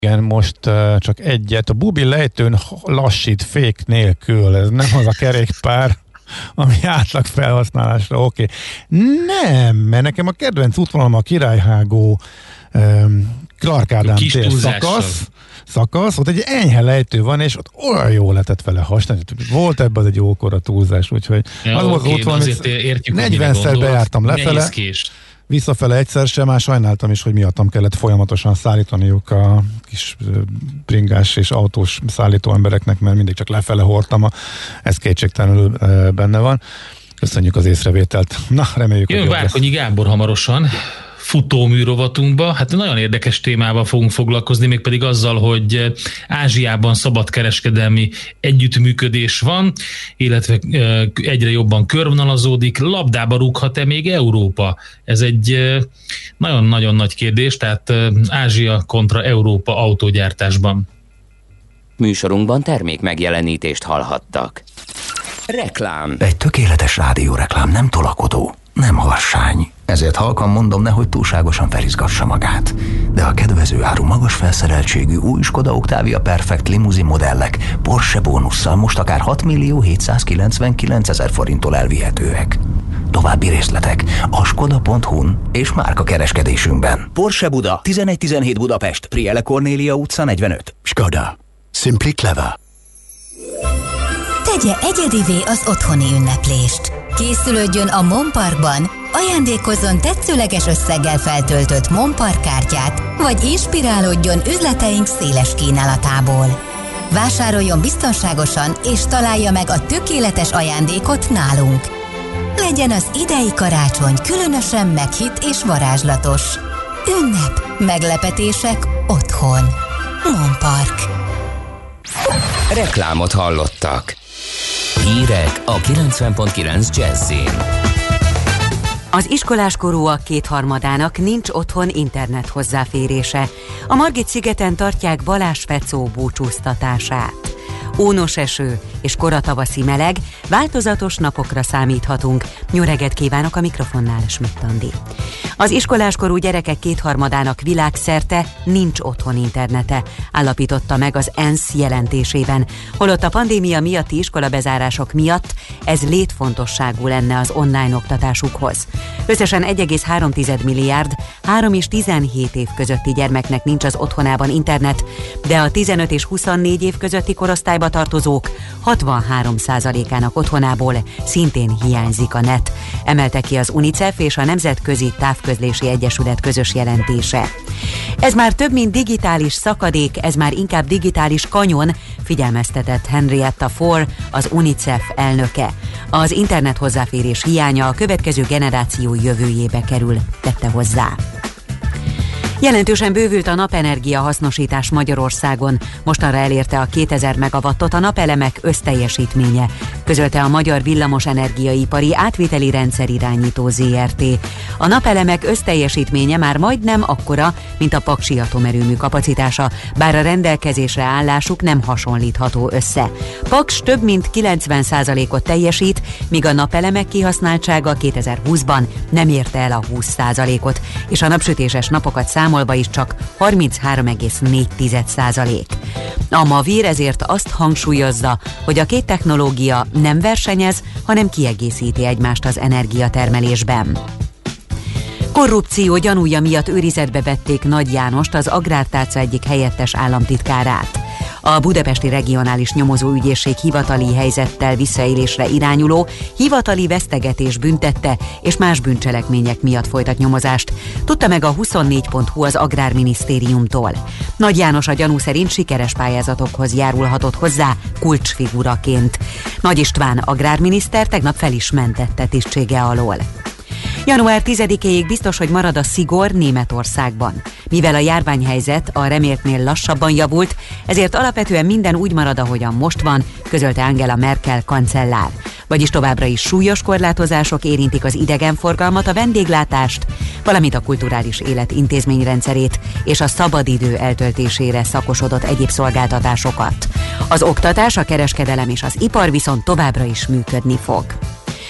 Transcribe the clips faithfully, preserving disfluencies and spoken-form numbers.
Igen, most uh, csak egyet. A bubi lejtőn lassít fék nélkül. Ez nem az a kerékpár, ami átlag felhasználásra. Oké. Okay. Nem, mert nekem a kedvenc útvonalam a Királyhágó um, Clark Ádám tér szakasz. szakasz, ott egy enyhe lejtő van, és ott olyan jól lehetett vele használni. Volt ebben egy jókora túlzás, úgyhogy ja, az okay, volt van, negyvenszer bejártam lefele, visszafele egyszer sem, már sajnáltam is, hogy miattam kellett folyamatosan szállítaniuk a kis bringás és autós szállító embereknek, mert mindig csak lefele hordtam, ez kétségtelenül benne van. Köszönjük az észrevételt. Na, reméljük, Jön hogy Várkonyi Gábor hamarosan futóműrovatunkba. Hát nagyon érdekes témával fogunk foglalkozni, mégpedig azzal, hogy Ázsiában szabadkereskedelmi együttműködés van, illetve egyre jobban körvonalazódik. Labdába rúghat-e még Európa? Ez egy nagyon-nagyon nagy kérdés, tehát Ázsia kontra Európa autógyártásban. Műsorunkban termék megjelenítést hallhattak. Reklám. Egy tökéletes rádióreklám nem tolakodó, nem harsány. Ezért halkan mondom, nehogy túlságosan felizgassa magát. De a kedvező áru magas felszereltségű új Skoda Octavia Perfect limuzin modellek Porsche bónusszal most akár hat millió hétszázkilencvenkilencezer forinttól elvihetőek. További részletek a skoda pont hu-n és márkakereskedésünkben. Porsche Buda, tizenegy tizenhét Budapest, Priele Kornélia utca negyvenöt. Skoda. Simply clever. Tegye egyedivé az otthoni ünneplést. Készülődjön a Mon Parkban, ajándékozzon tetszőleges összeggel feltöltött Mon Park kártyát, vagy inspirálódjon üzleteink széles kínálatából. Vásároljon biztonságosan, és találja meg a tökéletes ajándékot nálunk. Legyen az idei karácsony különösen meghitt és varázslatos. Ünnep, meglepetések otthon. Mon Park. Reklámot hallottak. Hírek a kilencven pont kilenc Jazzin. Az iskoláskorúak kétharmadának nincs otthon internet hozzáférése. A Margit-szigeten tartják Balázs Fecó búcsúztatását. Ónos eső és koratavaszi meleg, változatos napokra számíthatunk. Jó reggelt kívánok, a mikrofonnál Schmidt Andi. Az iskoláskorú gyerekek kétharmadának világszerte nincs otthon internete, állapította meg az ENSZ jelentésében. Holott a pandémia miatti iskolabezárások miatt ez létfontosságú lenne az online oktatásukhoz. Összesen egy egész három milliárd három és tizenhét év közötti gyermeknek nincs az otthonában internet, de a tizenöt és huszonnégy év közötti korosztályba tartozók hatvanhárom százalékának otthonából szintén hiányzik a net, emelte ki az UNICEF és a Nemzetközi Távközlési Egyesület közös jelentése. Ez már több, mint digitális szakadék, ez már inkább digitális kanyon, figyelmeztetett Henrietta Fore, az UNICEF elnöke. Az internet hozzáférés hiánya a következő generáció jövőjébe kerül, tette hozzá. Jelentősen bővült a napenergia hasznosítás Magyarországon. Mostanra elérte a kétezer megawattot a napelemek összteljesítménye, közölte a Magyar Villamosenergiaipari Átviteli Rendszerirányító zé er té. A napelemek összteljesítménye már majdnem akkora, mint a paksi atomerőmű kapacitása, bár a rendelkezésre állásuk nem hasonlítható össze. Paks több mint kilencven százalékot teljesít, míg a napelemek kihasználtsága kétezer-húszban nem érte el a húsz százalékot, és a napsütéses napokat számolva is csak harminchárom egész négy százalék. A Mavir ezért azt hangsúlyozza, hogy a két technológia nem versenyez, hanem kiegészíti egymást az energiatermelésben. Korrupció gyanúja miatt őrizetbe vették Nagy Jánost, az Agrártárca egyik helyettes államtitkárát. A Budapesti Regionális Nyomozóügyészség hivatali helyzettel visszaélésre irányuló hivatali vesztegetés büntette és más bűncselekmények miatt folytat nyomozást, tudta meg a huszonnégy pont hu az Agrárminisztériumtól. Nagy János a gyanú szerint sikeres pályázatokhoz járulhatott hozzá kulcsfiguraként. Nagy István agrárminiszter tegnap fel is mentette tisztsége alól. január tizedikéig biztos, hogy marad a szigor Németországban. Mivel a járványhelyzet a reméltnél lassabban javult, ezért alapvetően minden úgy marad, ahogyan most van, közölte Angela Merkel kancellár. Vagyis továbbra is súlyos korlátozások érintik az idegenforgalmat, a vendéglátást, valamint a kulturális élet intézményrendszerét és a szabadidő eltöltésére szakosodott egyéb szolgáltatásokat. Az oktatás, a kereskedelem és az ipar viszont továbbra is működni fog.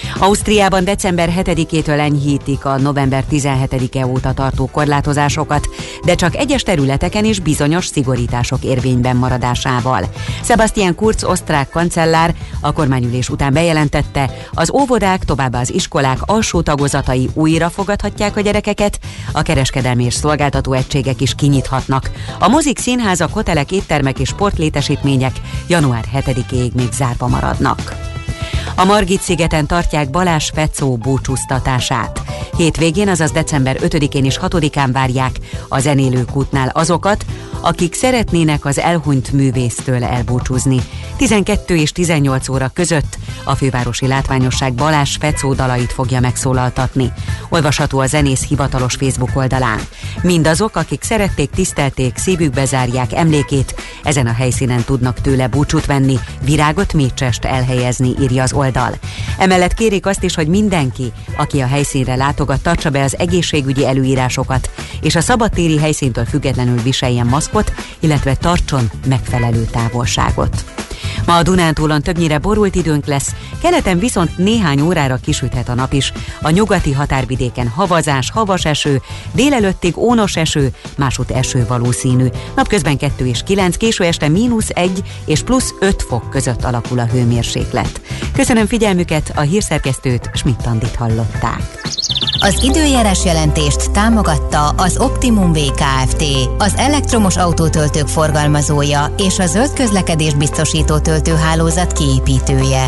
Ausztriában december hetedikétől enyhítik a november tizenhetedike óta tartó korlátozásokat, de csak egyes területeken és bizonyos szigorítások érvényben maradásával. Sebastian Kurz osztrák kancellár a kormányülés után bejelentette, az óvodák, továbbá az iskolák alsó tagozatai újra fogadhatják a gyerekeket, a kereskedelmi és szolgáltató egységek is kinyithatnak. A mozik, színházak, hotelek, éttermek és sportlétesítmények január hetedikéig még zárva maradnak. A Margit-szigeten tartják Balázs Fecó búcsúztatását. Hétvégén, azaz december ötödikén és hatodikán várják a Zenélők útnál azokat, akik szeretnének az elhunyt művésztől elbúcsúzni. tizenkettő és tizennyolc óra között a fővárosi látványosság Balázs Fecó dalait fogja megszólaltatni. Olvasható a zenész hivatalos Facebook oldalán. Mindazok, akik szerették, tisztelték, szívükbe zárják emlékét, ezen a helyszínen tudnak tőle búcsút venni, virágot, mécsest elhelyezni, írja az oldal. Emellett kérik azt is, hogy mindenki, aki a helyszínre látogat, tartsa be az egészségügyi előírásokat, és a szabadtéri helyszíntől függetlenül viseljen maszkot, illetve tartson megfelelő távolságot. Ma a Dunántúlon többnyire borult időnk lesz, keleten viszont néhány órára kisüthet a nap is. A nyugati határvidéken havazás, havas eső, délelőttig ónos eső, másút eső valószínű. Napközben kettő és kilenc, késő este mínusz egy és plusz öt fok között alakul a hőmérséklet. Köszönöm figyelmüket, a hírszerkesztőt, Schmidt-Andit hallották. Az időjárás jelentést támogatta az Optimum vé Kft., az elektromos autótöltők forgalmazója és a zöld közlekedés biztosító töltőhálózat kiépítője.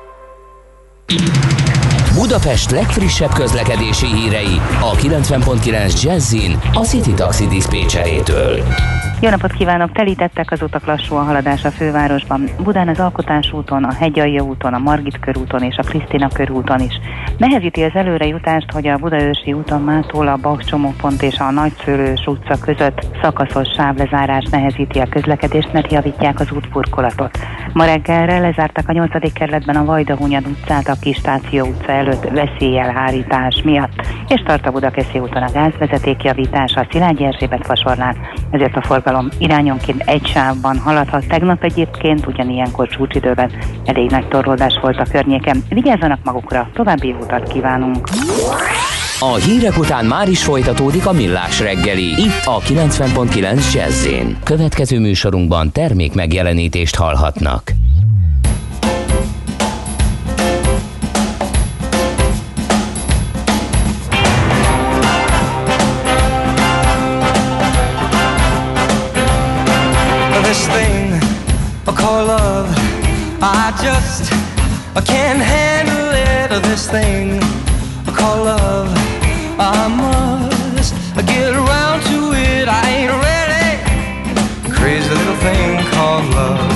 Budapest legfrissebb közlekedési hírei a kilencven pont kilenc Jazzin a City Taxi diszpécserétől. Jó napot kívánok! Telítettek az utak, lassú a haladás a fővárosban. Budán az Alkotás úton, a Hegyalja úton, a Margit körúton és a Krisztina körúton is. Nehezíti az előrejutást, hogy a Budaörsi úton mától a Bach csomópont és a Nagyszőlős utca között szakaszos sávlezárás nehezíti a közlekedést, mert javítják az útburkolatot. Ma reggelre lezárták a nyolcadik kerületben a Vajdahunyad utcát a Kistáció utca előtt veszélyelhárítás miatt, és tart a Budakeszi úton a gázvezeték javítása a Szilágyi Erzsébet fasornál, ezért a forgalom irányonként egy sávban haladhat. Tegnap egyébként ugyanilyenkor csúcsidőben elég nagy torlódás volt a környéken. Vigyázzanak magukra, további jó utat kívánunk! A hírek után már is folytatódik a Millás reggeli, itt a kilencven pont kilenc Jazz-én. Következő műsorunkban termék megjelenítést hallhatnak. This thing I call love, I just I can't handle it. This thing I call love, I must get around to it. I ain't ready. Crazy little thing called love.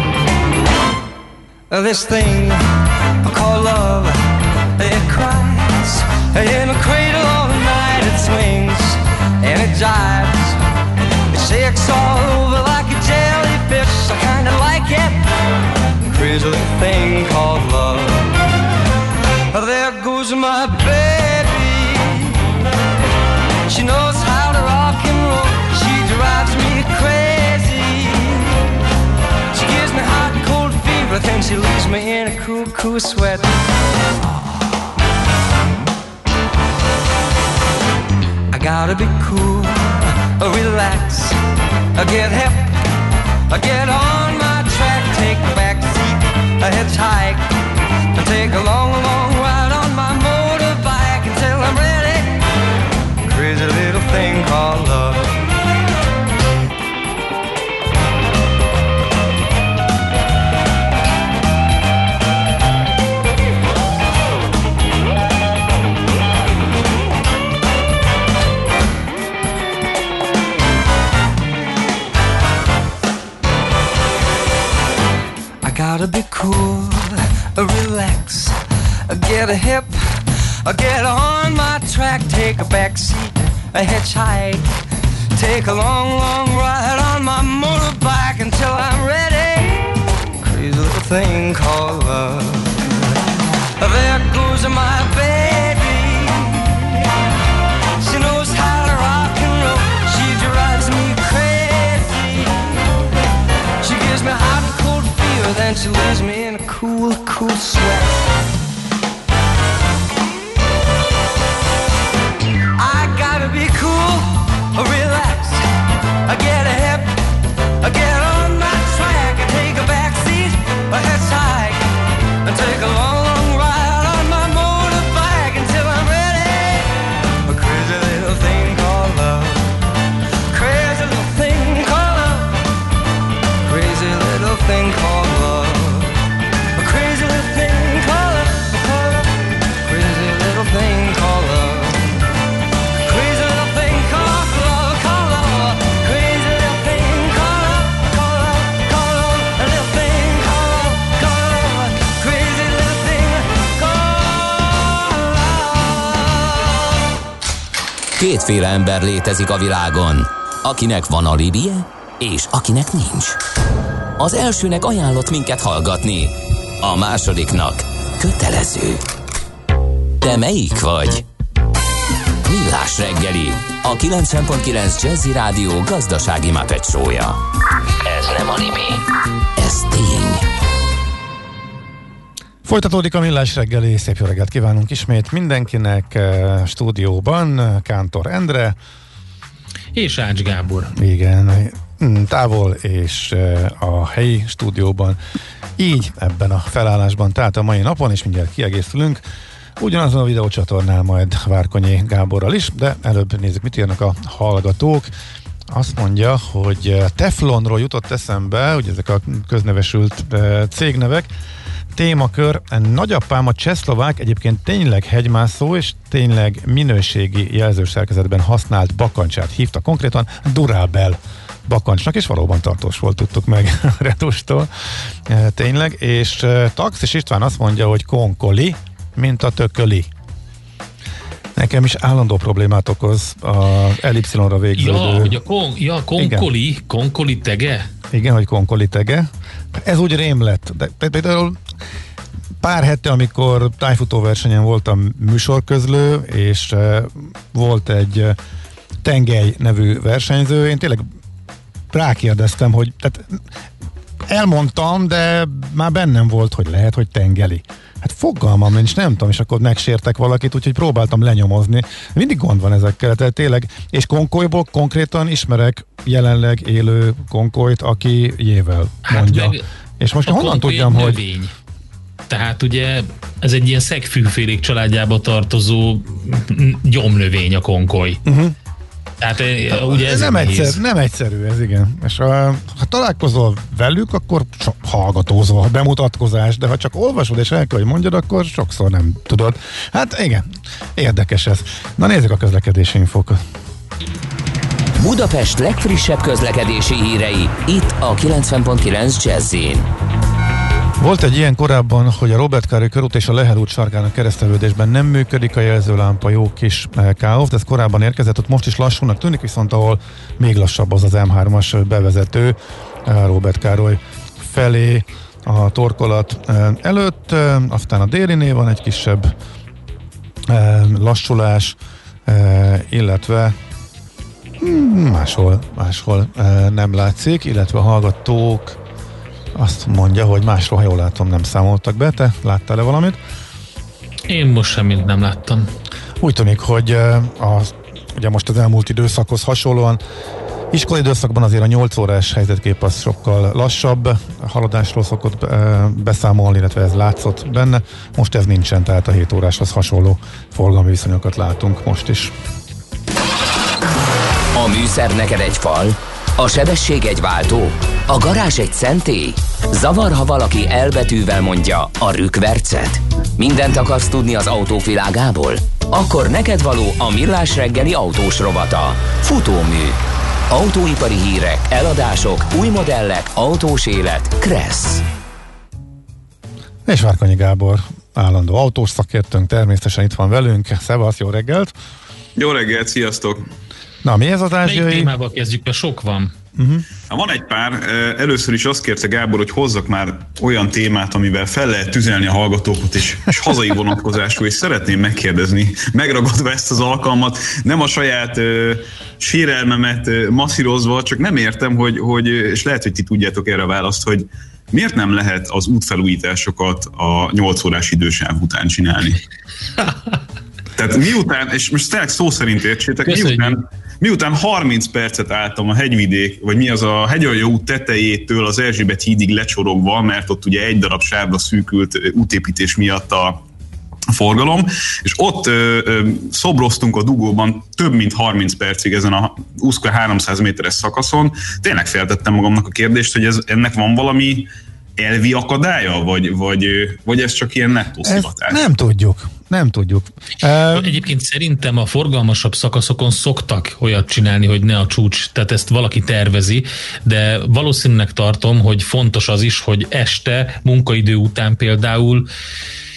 This thing I call love, it cries in a cradle all night. It swings and it jives, it shakes all over like a jellyfish. I kinda like it. Crazy little thing called love. There goes my baby. She knows how to rock and roll. She drives me crazy. She gives me hot and cold fever, then she leaves me in a cool, cool sweat. I gotta be cool, relax, get hip, get on my track, take a back seat, a hitchhike, take a long, long ride on my motorbike until I'm ready. Crazy little thing called love. Gotta be cool, relax, get a hip, get on my track, take a back seat, a hitchhike, take a long, long ride on my motorbike until I'm ready. Crazy little thing called love. There goes my baby. She knows how to rock and roll. She drives me crazy. She gives me hot and cold fever, then she leaves me in a cool, cool sweat. Kétféle ember létezik a világon, akinek van alibije, és akinek nincs. Az elsőnek ajánlott minket hallgatni, a másodiknak kötelező. Te melyik vagy? Millás reggeli, a kilencven pont kilenc Jazzy Rádió gazdasági Muppet show-ja. Ez nem anime, ez tény. Folytatódik a Millás reggeli, szép jó reggelt kívánunk ismét mindenkinek, stúdióban Kántor Endre. És Ács Gábor. Igen, távol és a helyi stúdióban. Így ebben a felállásban, tehát a mai napon, és mindjárt kiegészülünk ugyanazon a videócsatornál majd Várkonyi Gáborral is, de előbb nézzük, mit írnak a hallgatók. Azt mondja, hogy Teflonról jutott eszembe, ugye ezek a köznevesült cégnevek, témakör, nagyapám a csehszlovák, egyébként tényleg hegymászó, és tényleg minőségi jelzőszerkezetben használt bakancsát hívta, konkrétan Durabel bakancsnak, és valóban tartós volt, tudtuk meg retustól, tényleg, és Taxis István azt mondja, hogy konkoli, mint a tököli. Nekem is állandó problémát okoz az ellipszilonra végződő. Ja, hogy a kon, ja, konkoli, igen. Konkoli tege? Igen, hogy konkoli tege. Ez úgy rém lett. De például pár hete, amikor tájfutóversenyen voltam műsorközlő, és volt egy Tengely nevű versenyző, én tényleg rákérdeztem, hogy tehát elmondtam, de már bennem volt, hogy lehet, hogy tengeli. Hát fogalmam nincs, nem tudom, és akkor megsértek valakit, úgyhogy próbáltam lenyomozni. Mindig gond van ezekkel, tehát tényleg, és konkolyból konkrétan ismerek jelenleg élő konkolyt, aki jével mondja. Hát és most honnan tudjam, hogy... Növény. Tehát ugye ez egy ilyen szegfűfélék családjába tartozó gyomnövény a konkoly. Uh-huh. Tehát ugye ez nem, egyszer, nem egyszerű ez, igen. És ha, ha találkozol velük, akkor hallgatózol, bemutatkozás, de ha csak olvasod és el kell, hogy mondjad, akkor sokszor nem tudod. Hát igen, érdekes ez. Na nézzük a közlekedési infokat. Budapest legfrissebb közlekedési hírei, itt a kilencven pont kilenc Jazz-in. Volt egy ilyen korábban, hogy a Robert Károly körút és a Lehel út sarkának kereszteződésben nem működik a jelzőlámpa, jó kis káosz, de ez korábban érkezett, ott most is lassúnak tűnik, viszont ahol még lassabb az az em hármas bevezető a Robert Károly felé a torkolat előtt, aztán a délinél van egy kisebb lassulás, illetve máshol, máshol nem látszik, illetve a hallgatók azt mondja, hogy másról, ha jól látom, nem számoltak be. Te láttál-e valamit? Én most semmit nem láttam. Úgy tűnik, hogy a, ugye most az elmúlt időszakhoz hasonlóan iskolai időszakban azért a nyolc órás helyzetkép az sokkal lassabb, haladásról szokott beszámolni, illetve ez látszott benne. Most ez nincsen, tehát a hét óráshoz hasonló forgalmi viszonyokat látunk most is. A műszer neked egy fal, a sebesség egy váltó, a garázs egy szentély. Zavar, ha valaki elbetűvel mondja a rükvercet. Mindent akarsz tudni az autók világából? Akkor neked való a Millás reggeli autós rovata. Futómű. Autóipari hírek, eladások, új modellek, autós élet. Kressz. És Várkonyi Gábor, állandó autós szakértőnk, természetesen itt van velünk. Szevasz, jó reggelt! Jó reggelt, sziasztok! Na, mi ez az ázsiai? Melyik témával kezdjük, mert sok van. Uh-huh. Van egy pár. Először is azt kérte Gábor, hogy hozzak már olyan témát, amivel fel lehet tüzelni a hallgatókat, és, és hazai vonatkozású, és szeretném megkérdezni, megragadva ezt az alkalmat, nem a saját uh, sérelmemet uh, masszírozva, csak nem értem, hogy, hogy, és lehet, hogy ti tudjátok erre a választ, hogy miért nem lehet az útfelújításokat a nyolc órás idősáv után csinálni? Tehát miután, és most tényleg szó szerint értsétek, miután, miután harminc percet álltam a hegyvidék, vagy mi az a Hegyaljó út tetejétől az Erzsébet hídig lecsorogva, mert ott ugye egy darab sávra szűkült útépítés miatt a forgalom, és ott ö, ö, szobroztunk a dugóban több mint harminc percig ezen a háromszáz méteres szakaszon. Tényleg feltettem magamnak a kérdést, hogy ez, ennek van valami elvi akadálya, vagy, vagy, vagy ez csak ilyen nettó szivatás? Nem tudjuk. Nem tudjuk. Egyébként szerintem a forgalmasabb szakaszokon szoktak olyat csinálni, hogy ne a csúcs, tehát ezt valaki tervezi, de valószínűleg tartom, hogy fontos az is, hogy este, munkaidő után például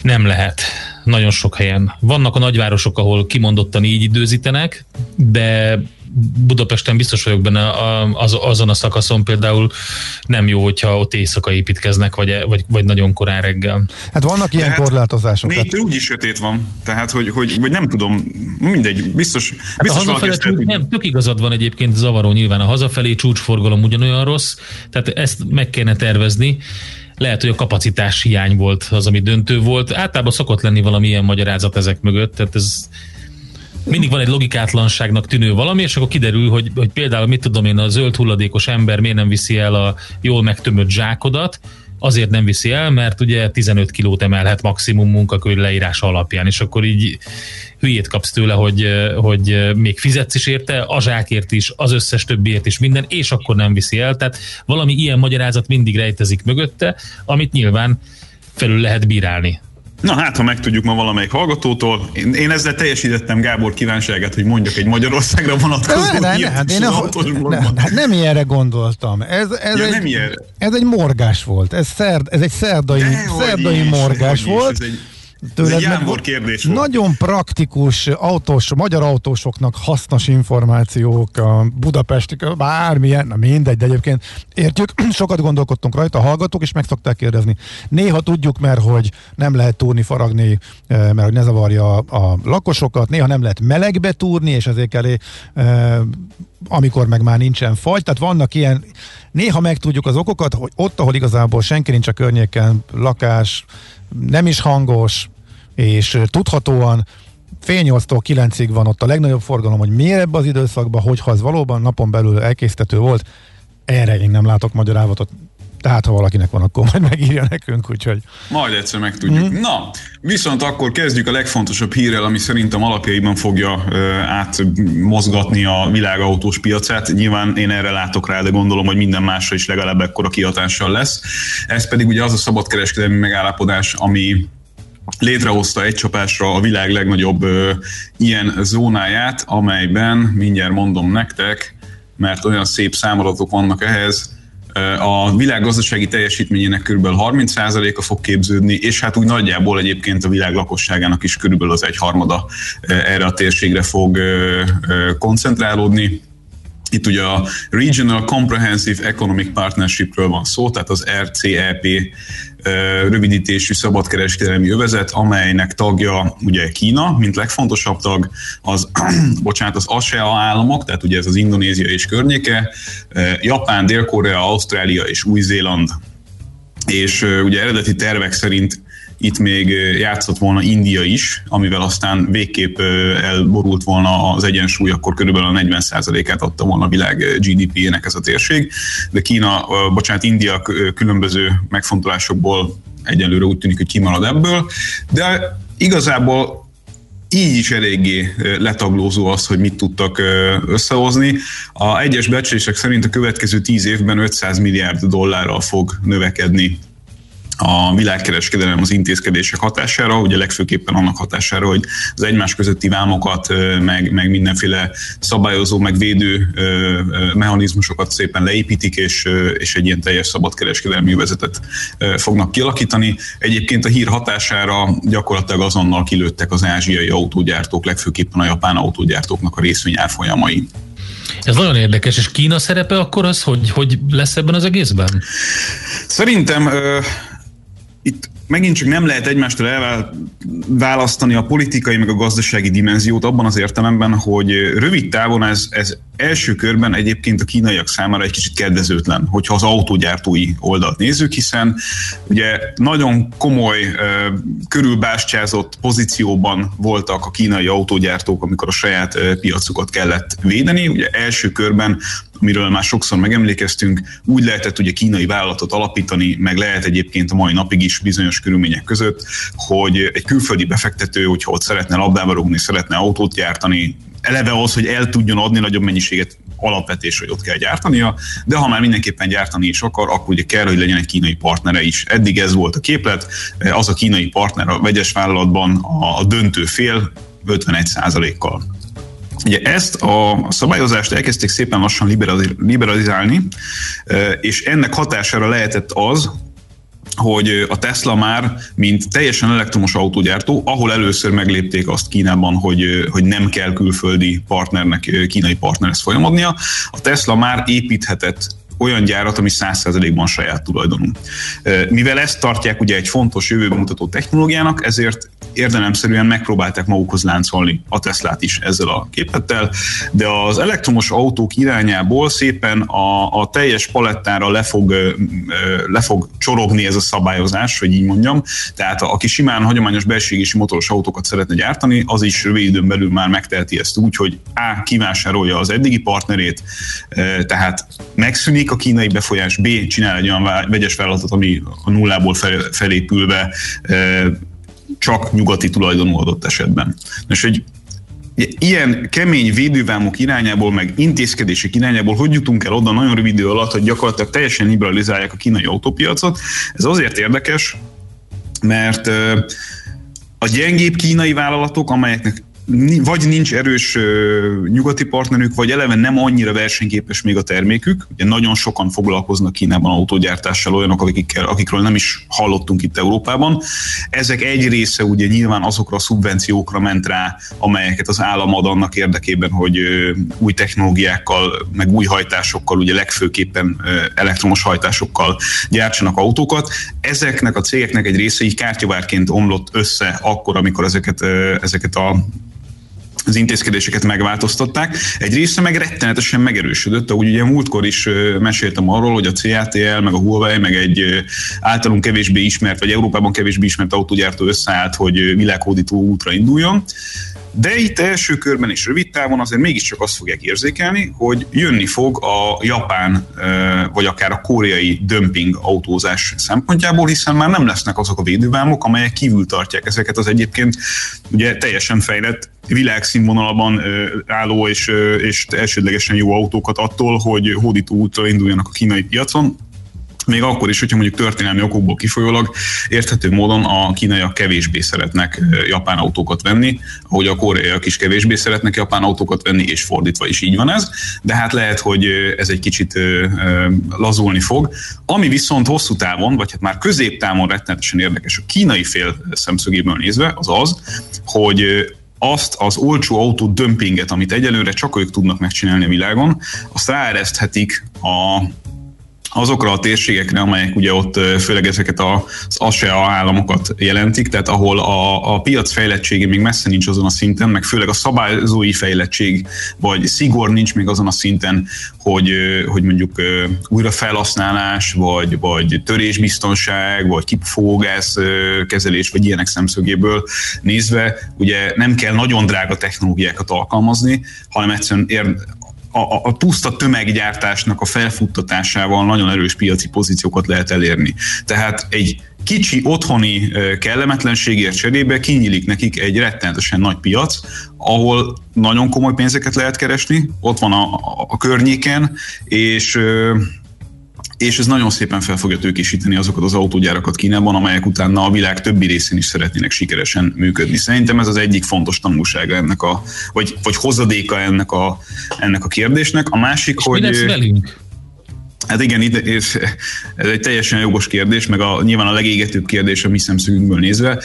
Nem lehet. Nagyon sok helyen. Vannak a nagyvárosok, ahol kimondottan így időzítenek, de Budapesten biztos vagyok benne, az, azon a szakaszon például nem jó, hogyha ott éjszaka építkeznek, vagy, vagy, vagy nagyon korán reggel. Hát vannak ilyen tehát korlátozások. Négytől hát... úgyis sötét van, tehát hogy, hogy vagy nem tudom, mindegy, biztos, hát biztos valaki ezt csúcs, nem, tök igazad van egyébként, zavaró nyilván a hazafelé csúcsforgalom ugyanolyan rossz, tehát ezt meg kéne tervezni. Lehet, hogy a kapacitás hiány volt az, ami döntő volt. Általában szokott lenni valami ilyen magyarázat ezek mögött, tehát ez mindig van egy logikátlanságnak tűnő valami, és akkor kiderül, hogy, hogy például, mit tudom én, a zöld hulladékos ember miért nem viszi el a jól megtömött zsákodat, azért nem viszi el, mert ugye tizenöt kilót emelhet maximum munkakör leírása alapján, és akkor így hülyét kapsz tőle, hogy, hogy még fizetsz is érte, a zsákért is, az összes többiért is minden, és akkor nem viszi el. Tehát valami ilyen magyarázat mindig rejtezik mögötte, amit nyilván felül lehet bírálni. Na hát, ha megtudjuk ma valamelyik hallgatótól, én, én ezzel teljesítettem Gábor kívánságát, hogy mondjak egy Magyarországra vonatkozó ne, ne, hát én a, ne, hát nem ilyenre gondoltam. Ez, ez, ja, egy, nem ilyenre. ez egy morgás volt. Ez, szerd, ez egy szerdai, szerdai is, morgás volt. Ez egy, ez egy jámbor kérdés volt. Nagyon praktikus autós, magyar autósoknak hasznos információk, a budapesti, bármilyen, na mindegy, de egyébként értjük, sokat gondolkodtunk rajta, a hallgatók is meg szokták kérdezni. Néha tudjuk, mert hogy nem lehet túrni, faragni, mert hogy ne zavarja a lakosokat, néha nem lehet melegbe túrni, és ezért kell, amikor meg már nincsen fagy, tehát vannak ilyen, néha megtudjuk az okokat, hogy ott, ahol igazából senki nincs a környéken, lakás, nem is hangos, és tudhatóan fél nyolctól kilencig van ott a legnagyobb forgalom, hogy miért ebbe az időszakban, hogyha az valóban napon belül elkészíthető volt, erre én nem látok magyarázatot. Tehát, ha valakinek van, akkor majd megírja nekünk, úgyhogy... Majd egyszer megtudjuk. Mm. Na, viszont akkor kezdjük a legfontosabb hírrel, ami szerintem alapjaiban fogja uh, átmozgatni a világautós piacát. Nyilván én erre látok rá, de gondolom, hogy minden másra is legalább ekkora kihatással lesz. Ez pedig ugye az a szabadkereskedelmi megállapodás, ami létrehozta egy csapásra a világ legnagyobb uh, ilyen zónáját, amelyben, mindjárt mondom nektek, mert olyan szép számadatok vannak ehhez, a világ gazdasági teljesítményének körülbelül harminc százaléka fog képződni, és hát úgy nagyjából egyébként a világ lakosságának is körülbelül az egyharmada erre a térségre fog koncentrálódni. Itt ugye a Regional Comprehensive Economic Partnershipről van szó, tehát az er cé e pé rövidítésű szabadkereskedelmi övezet, amelynek tagja ugye Kína, mint legfontosabb tag, az, bocsánat, az á es e á államok, tehát ugye ez az Indonézia és környéke, Japán, Dél-Korea, Ausztrália és Új-Zéland. És ugye eredeti tervek szerint itt még játszott volna India is, amivel aztán végképp elborult volna az egyensúly, akkor körülbelül a negyven százalékát adta volna a világ gé dé pé-jének ez a térség. De Kína, bocsánat, India különböző megfontolásokból egyelőre úgy tűnik, hogy kimarad ebből, de igazából így is eléggé letaglózó az, hogy mit tudtak összehozni. A egyes becslések szerint a következő tíz évben ötszáz milliárd dollárral fog növekedni a világkereskedelem az intézkedések hatására, ugye legfőképpen annak hatására, hogy az egymás közötti vámokat, meg, meg mindenféle szabályozó, meg védő mechanizmusokat szépen leépítik, és, és egy ilyen teljes szabadkereskedelmi övezetet fognak kialakítani. Egyébként a hír hatására gyakorlatilag azonnal kilőttek az ázsiai autógyártók, legfőképpen a japán autógyártóknak a részvényárfolyamai. Ez nagyon érdekes, és Kína szerepe akkor az, hogy, hogy lesz ebben az egészben? Szerintem uh, itt megint csak nem lehet egymástól elválasztani a politikai meg a gazdasági dimenziót abban az értelemben, hogy rövid távon ez, ez első körben egyébként a kínaiak számára egy kicsit kedvezőtlen, hogyha az autógyártói oldalt nézzük, hiszen ugye nagyon komoly, körülbástyázott pozícióban voltak a kínai autógyártók, amikor a saját piacukat kellett védeni. Ugye első körben, amiről már sokszor megemlékeztünk, úgy lehetett ugye kínai vállalatot alapítani, meg lehet egyébként a mai napig is bizonyos körülmények között, hogy egy külföldi befektető, hogyha ott szeretne labdába rúgni, szeretne autót gyártani, eleve az, hogy el tudjon adni nagyobb mennyiséget, alapvetés, hogy ott kell gyártania, de ha már mindenképpen gyártani is akar, akkor ugye kell, hogy legyen egy kínai partnere is. Eddig ez volt a képlet, az a kínai partner a vegyes vállalatban a döntő fél ötvenegy százalékkal. Ugye ezt a szabályozást elkezdték szépen lassan liberalizálni, és ennek hatására lehetett az, hogy a Tesla már, mint teljesen elektromos autógyártó, ahol először meglépték azt Kínában, hogy, hogy nem kell külföldi partnernek, kínai partnerhez folyamodnia, a Tesla már építhetett olyan gyárat, ami száz százalékban saját tulajdonú. Mivel ezt tartják ugye egy fontos jövőbe mutató technológiának, ezért érdelemszerűen megpróbálták magukhoz láncolni a Teslát is ezzel a képlettel, de az elektromos autók irányából szépen a, a teljes palettára le fog, le fog csorogni ez a szabályozás, hogy így mondjam. Tehát aki simán hagyományos belső égésű motoros autókat szeretne gyártani, az is rövid időn belül már megteheti ezt úgy, hogy A. kivásárolja az eddigi partnerét, tehát megszűnik a kínai befolyás, B. csinál egy olyan vegyes vállalatot, ami a nullából fel, felépülve csak nyugati tulajdonú adott esetben. És hogy ilyen kemény védővámok irányából, meg intézkedések irányából hogy jutunk el oda nagyon rövid idő alatt, hogy gyakorlatilag teljesen liberalizálják a kínai autópiacot. Ez azért érdekes, mert a gyengébb kínai vállalatok, amelyeknek vagy nincs erős nyugati partnerük, vagy eleve nem annyira versenyképes még a termékük. Ugye nagyon sokan foglalkoznak Kínában autógyártással, olyanok, akikkel, akikről nem is hallottunk itt Európában. Ezek egy része ugye nyilván azokra a szubvenciókra ment rá, amelyeket az állam ad annak érdekében, hogy új technológiákkal, meg új hajtásokkal, ugye legfőképpen elektromos hajtásokkal gyártsanak autókat. Ezeknek a cégeknek egy része így kártyavárként omlott össze akkor, amikor ezeket, ezeket a az intézkedéseket megváltoztatták. Egy része meg rettenetesen megerősödött, ahogy ugye múltkor is meséltem arról, hogy a cé á té el, meg a Huawei, meg egy általunk kevésbé ismert, vagy Európában kevésbé ismert autógyártó összeállt, hogy világhódító útra induljon. De itt első körben és rövid távon azért mégiscsak azt fogják érzékelni, hogy jönni fog a japán vagy akár a koreai dömping autózás szempontjából, hiszen már nem lesznek azok a védővámok, amelyek kívül tartják ezeket az egyébként ugye teljesen fejlett, világszínvonalban álló és, és elsődlegesen jó autókat attól, hogy hódító útra induljanak a kínai piacon. Még akkor is, hogyha mondjuk történelmi okokból kifolyólag érthető módon a kínaiak kevésbé szeretnek japán autókat venni, ahogy a koreaiak is kevésbé szeretnek japán autókat venni, és fordítva is így van ez, de hát lehet, hogy ez egy kicsit lazulni fog. Ami viszont hosszú távon, vagy hát már középtávon rettenetesen érdekes a kínai fél szemszögéből nézve, az az, hogy azt az olcsó autó dömpinget, amit egyelőre csak ők tudnak megcsinálni a világon, azt ráereszthetik a azokra a térségekre, amelyek ugye ott főleg ezeket az á es e á államokat jelentik, tehát ahol a, a piac fejlettsége még messze nincs azon a szinten, meg főleg a szabályozói fejlettség, vagy szigor nincs még azon a szinten, hogy, hogy mondjuk újrafelhasználás, vagy, vagy törésbiztonság, vagy kipufogógáz kezelés, vagy ilyenek szemszögéből nézve, ugye nem kell nagyon drága technológiákat alkalmazni, hanem egyszerűen ér, A, a puszta tömeggyártásnak a felfuttatásával nagyon erős piaci pozíciókat lehet elérni. Tehát egy kicsi otthoni kellemetlenségért cserébe kinyílik nekik egy rettenetesen nagy piac, ahol nagyon komoly pénzeket lehet keresni, ott van a, a, a környéken, és és ez nagyon szépen fel fogja tőkésíteni azokat az autógyárakat Kínában, amelyek utána a világ többi részén is szeretnének sikeresen működni. Szerintem ez az egyik fontos tanulsága ennek a, vagy, vagy hozadéka ennek a, ennek a kérdésnek. A másik, és hogy... mi lesz velünk? Hát igen, ez egy teljesen jogos kérdés, meg a, nyilván a legégetőbb kérdés a mi szemszögünkből nézve.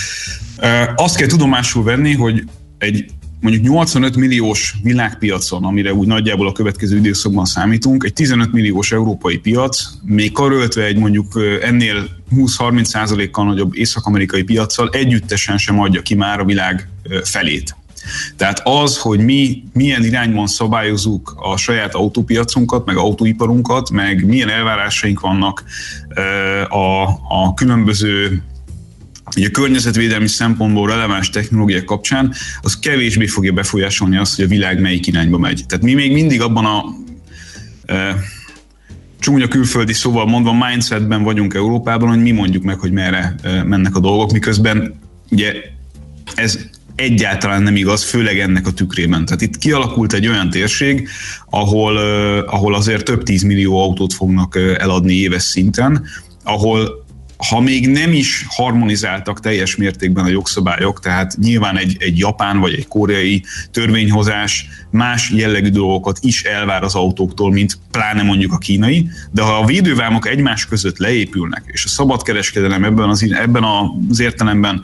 Azt kell tudomásul venni, hogy egy mondjuk nyolcvanöt milliós világpiacon, amire úgy nagyjából a következő időszakban számítunk, egy tizenöt milliós európai piac, még karöltve egy mondjuk ennél húsz-harminc százalékkal nagyobb észak-amerikai piaccal együttesen sem adja ki már a világ felét. Tehát az, hogy mi milyen irányban szabályozzuk a saját autópiacunkat, meg autóiparunkat, meg milyen elvárásaink vannak a, a különböző ugye a környezetvédelmi szempontból releváns technológiák kapcsán, az kevésbé fogja befolyásolni azt, hogy a világ melyik irányba megy. Tehát mi még mindig abban a e, csúnya külföldi szóval mondva mindsetben vagyunk Európában, hogy mi mondjuk meg, hogy merre e, mennek a dolgok, miközben ugye ez egyáltalán nem igaz, főleg ennek a tükrében. Tehát itt kialakult egy olyan térség, ahol, e, ahol azért több tízmillió autót fognak eladni éves szinten, ahol ha még nem is harmonizáltak teljes mértékben a jogszabályok, tehát nyilván egy, egy japán vagy egy koreai törvényhozás más jellegű dolgokat is elvár az autóktól, mint pláne mondjuk a kínai, de ha a védővámok egymás között leépülnek, és a szabadkereskedelem ebben az, ebben az értelemben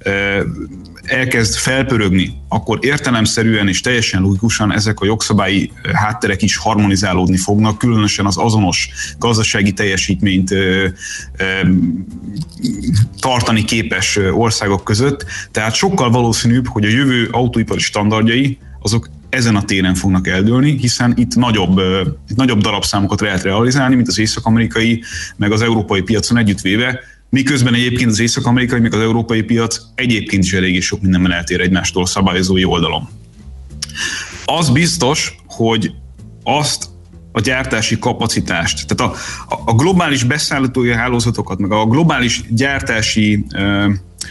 elkezd felpörögni, akkor értelemszerűen és teljesen logikusan ezek a jogszabályi hátterek is harmonizálódni fognak, különösen az azonos gazdasági teljesítményt ö, ö, tartani képes országok között. Tehát sokkal valószínűbb, hogy a jövő autóipari standardjai azok ezen a téren fognak eldőlni, hiszen itt nagyobb, ö, itt nagyobb darabszámokat lehet realizálni, mint az észak-amerikai, meg az európai piacon együttvéve, miközben egyébként az észak-amerikai, meg az európai piac egyébként is eléggé sok mindenben eltér egymástól szabályozói oldalon. Az biztos, hogy azt a gyártási kapacitást, tehát a, a globális beszállítói hálózatokat, meg a globális gyártási ö,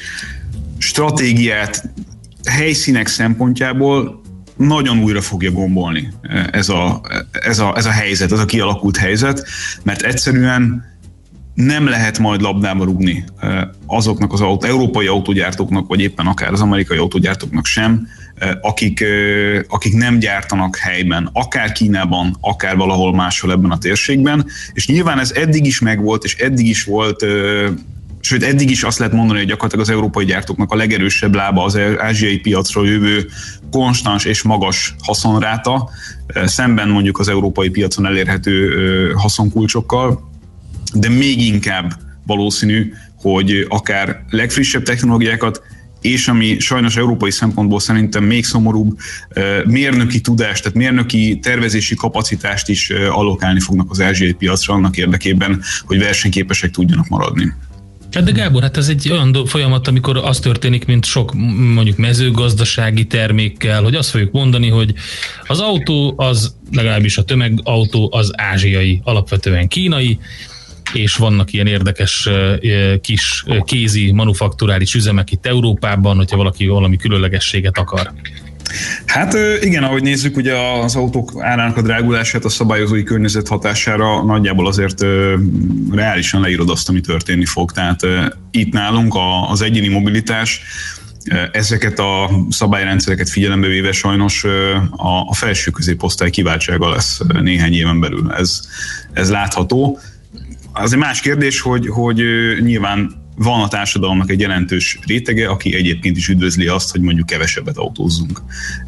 stratégiát helyszínek szempontjából nagyon újra fogja gombolni ez a, ez a, ez a helyzet, ez a kialakult helyzet, mert egyszerűen nem lehet majd labdába rúgni azoknak az autó, európai autógyártóknak, vagy éppen akár az amerikai autógyártóknak sem, akik, akik nem gyártanak helyben, akár Kínában, akár valahol máshol ebben a térségben, és nyilván ez eddig is megvolt, és eddig is volt, sőt eddig is azt lehet mondani, hogy gyakorlatilag az európai gyártóknak a legerősebb lába az ázsiai piacról jövő konstans és magas haszonráta, szemben mondjuk az európai piacon elérhető haszonkulcsokkal, de még inkább valószínű, hogy akár legfrissebb technológiákat, és ami sajnos európai szempontból szerintem még szomorúbb, mérnöki tudást, tehát mérnöki tervezési kapacitást is allokálni fognak az ázsiai piacra annak érdekében, hogy versenyképesek tudjanak maradni. Hát de Gábor, hát ez egy olyan folyamat, amikor az történik, mint sok mondjuk mezőgazdasági termékkel, hogy azt fogjuk mondani, hogy az autó az, legalábbis a tömegautó az ázsiai, alapvetően kínai, és vannak ilyen érdekes kis kézi manufakturális üzemek itt Európában, hogyha valaki valami különlegességet akar. Hát igen, ahogy nézzük, ugye az autók árának a drágulását a szabályozói környezet hatására nagyjából azért reálisan leírod azt, ami történni fog. Tehát itt nálunk az egyéni mobilitás, ezeket a szabályrendszereket figyelembe véve sajnos a felső középosztály kiváltsága lesz néhány éven belül. Ez, ez látható. Az egy más kérdés, hogy, hogy nyilván van a társadalomnak egy jelentős rétege, aki egyébként is üdvözli azt, hogy mondjuk kevesebbet autózzunk.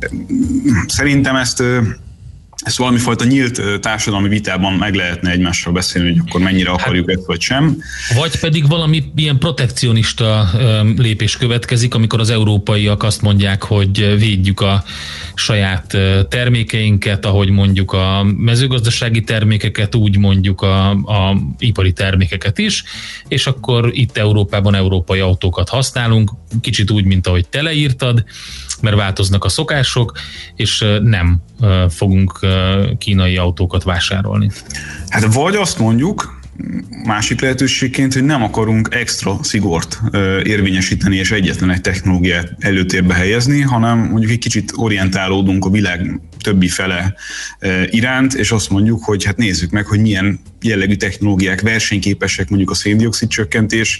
Szerintem ezt, ezt valami fajta nyílt társadalmi vitában meg lehetne egymással beszélni, hogy akkor mennyire akarjuk ezt, vagy sem. Vagy pedig valami ilyen protekcionista lépés következik, amikor az európaiak azt mondják, hogy védjük a saját termékeinket, ahogy mondjuk a mezőgazdasági termékeket, úgy mondjuk a, a ipari termékeket is, és akkor itt Európában európai autókat használunk, kicsit úgy, mint ahogy te leírtad, mert változnak a szokások, és nem fogunk kínai autókat vásárolni. Hát vagy azt mondjuk, másik lehetőségként, hogy nem akarunk extra szigort érvényesíteni és egyetlen egy technológiát előtérbe helyezni, hanem mondjuk egy kicsit orientálódunk a világ többi fele iránt, és azt mondjuk, hogy hát nézzük meg, hogy milyen jellegű technológiák versenyképesek, mondjuk a szén-dioxid csökkentés,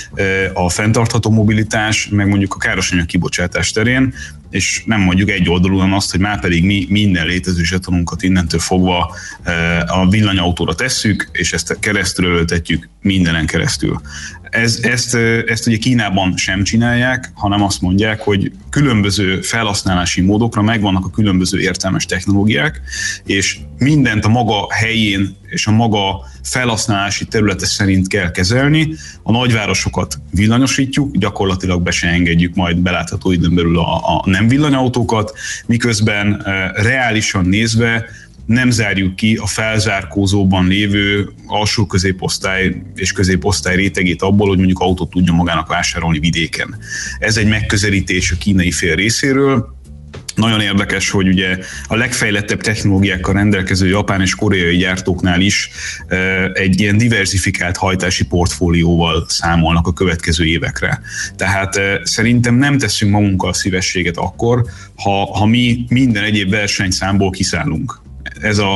a fenntartható mobilitás, meg mondjuk a károsanyag kibocsátás terén, és nem mondjuk egy oldalon azt, hogy már pedig mi minden létező zsetonunkat innentől fogva a villanyautóra tesszük, és ezt keresztül öltetjük mindenen keresztül. Ez, ezt, ezt ugye Kínában sem csinálják, hanem azt mondják, hogy különböző felhasználási módokra megvannak a különböző értelmes technológiák, és mindent a maga helyén és a maga felhasználási területe szerint kell kezelni. A nagyvárosokat villanyosítjuk, gyakorlatilag be se engedjük majd belátható időn belül a, a nem villanyautókat, miközben e, reálisan nézve nem zárjuk ki a felzárkózóban lévő alsó középosztály és középosztály rétegét abból, hogy mondjuk autót tudjon magának vásárolni vidéken. Ez egy megközelítés a kínai fél részéről. Nagyon érdekes, hogy ugye a legfejlettebb technológiákkal rendelkező japán és koreai gyártóknál is egy ilyen diversifikált hajtási portfólióval számolnak a következő évekre. Tehát szerintem nem teszünk magunkkal szívességet akkor, ha, ha mi minden egyéb versenyszámból kiszállunk. Ez a,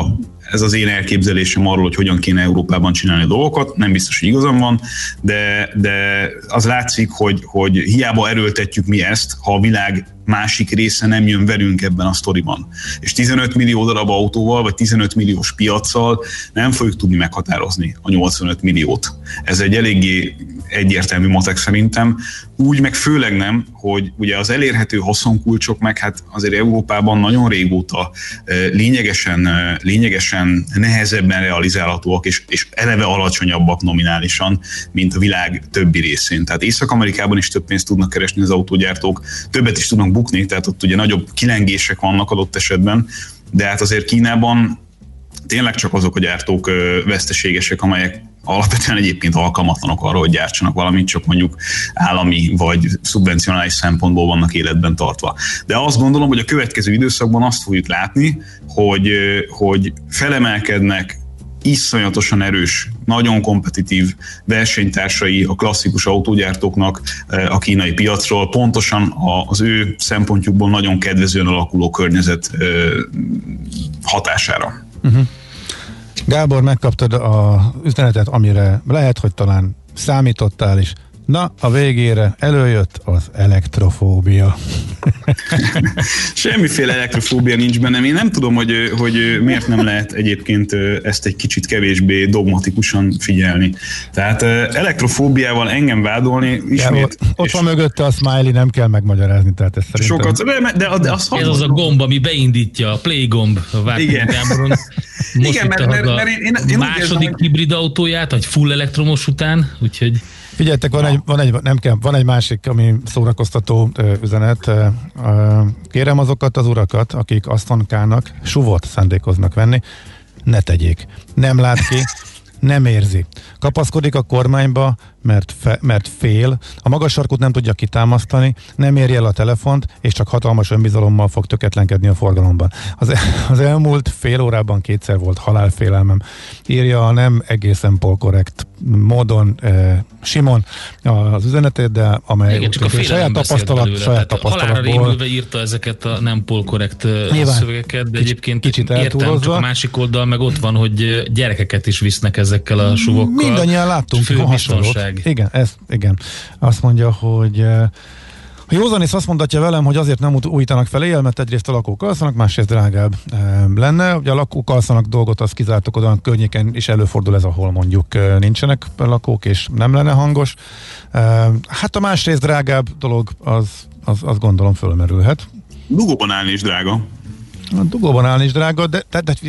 ez az én elképzelésem arról, hogy hogyan kéne Európában csinálni a dolgokat, nem biztos, hogy igazam van, de, de az látszik, hogy, hogy hiába erőltetjük mi ezt, ha a világ másik része nem jön velünk ebben a sztoriban. És tizenöt millió darab autóval, vagy tizenöt milliós piaccal nem fogjuk tudni meghatározni a nyolcvanöt milliót. Ez egy eléggé egyértelmű matek szerintem. Úgy meg főleg nem, hogy ugye az elérhető haszonkulcsok meg hát azért Európában nagyon régóta lényegesen, lényegesen nehezebben realizálhatóak, és, és eleve alacsonyabbak nominálisan, mint a világ többi részén. Tehát Észak-Amerikában is több pénzt tudnak keresni az autógyártók, többet is tudnak bukni, tehát ott ugye nagyobb kilengések vannak adott esetben, de hát azért Kínában tényleg csak azok a gyártók veszteségesek, amelyek alapvetően egyébként alkalmatlanok arra, hogy gyártsanak valamit, csak mondjuk állami vagy szubvencionális szempontból vannak életben tartva. De azt gondolom, hogy a következő időszakban azt fogjuk látni, hogy, hogy felemelkednek iszonyatosan erős, nagyon kompetitív versenytársai a klasszikus autógyártóknak a kínai piacról, pontosan az ő szempontjukból nagyon kedvezően alakuló környezet hatására. Uh-huh. Gábor, megkaptad az üzenetet, amire lehet, hogy talán számítottál is. Na, a végére előjött az elektrofóbia. Semmiféle elektrofóbia nincs bennem. Én nem tudom, hogy, hogy miért nem lehet egyébként ezt egy kicsit kevésbé dogmatikusan figyelni. Tehát elektrofóbiával engem vádolni ismét... Ja, ott van mögötte a smiley, nem kell megmagyarázni. Tehát ezt sokat, de, de, de az ez az a gomb, ami beindítja, a play gomb. Igen. Most Igen, mert, mert, mert én, én, én második érzem, hibrid autóját, vagy full elektromos után, úgyhogy... Figyeljetek, van egy, van, egy, nem kell, van egy másik, ami szórakoztató ö, üzenet. Ö, ö, kérem azokat az urakat, akik Astonkának suvot szándékoznak venni, ne tegyék. Nem lát ki, nem érzi. Kapaszkodik a kormányba, mert, fe, mert fél, a magas sarkút nem tudja kitámasztani, nem éri el a telefont, és csak hatalmas önbizalommal fog töketlenkedni a forgalomban. Az, az elmúlt fél órában kétszer volt halálfélelmem. Írja a nem egészen polkorrekt módon e, Simon az üzenetét, de amely igen, csak a saját tapasztalat, saját tapasztalatból. Halálra rémülve írta ezeket a nem polkorrekt szövegeket, de kicsit, egyébként kicsit értem, csak a másik oldal meg ott van, hogy gyerekeket is visznek ezekkel a suvokkal. Mindannyian láttunk hasonlót. Igen, ez, igen. Azt mondja, hogy a józanész azt mondatja velem, hogy azért nem újítanak fel éjjel, mert egyrészt a lakók alszanak, másrészt drágább e, lenne. Ugye a lakók alszanak dolgot, azt kizártok, olyan környéken is előfordul ez, ahol mondjuk e, nincsenek lakók, és nem lenne hangos. E, hát a másrészt drágább dolog, az, az, az gondolom fölmerülhet. Dugóban állni is drága. A dugóban állni is drága, de, de, de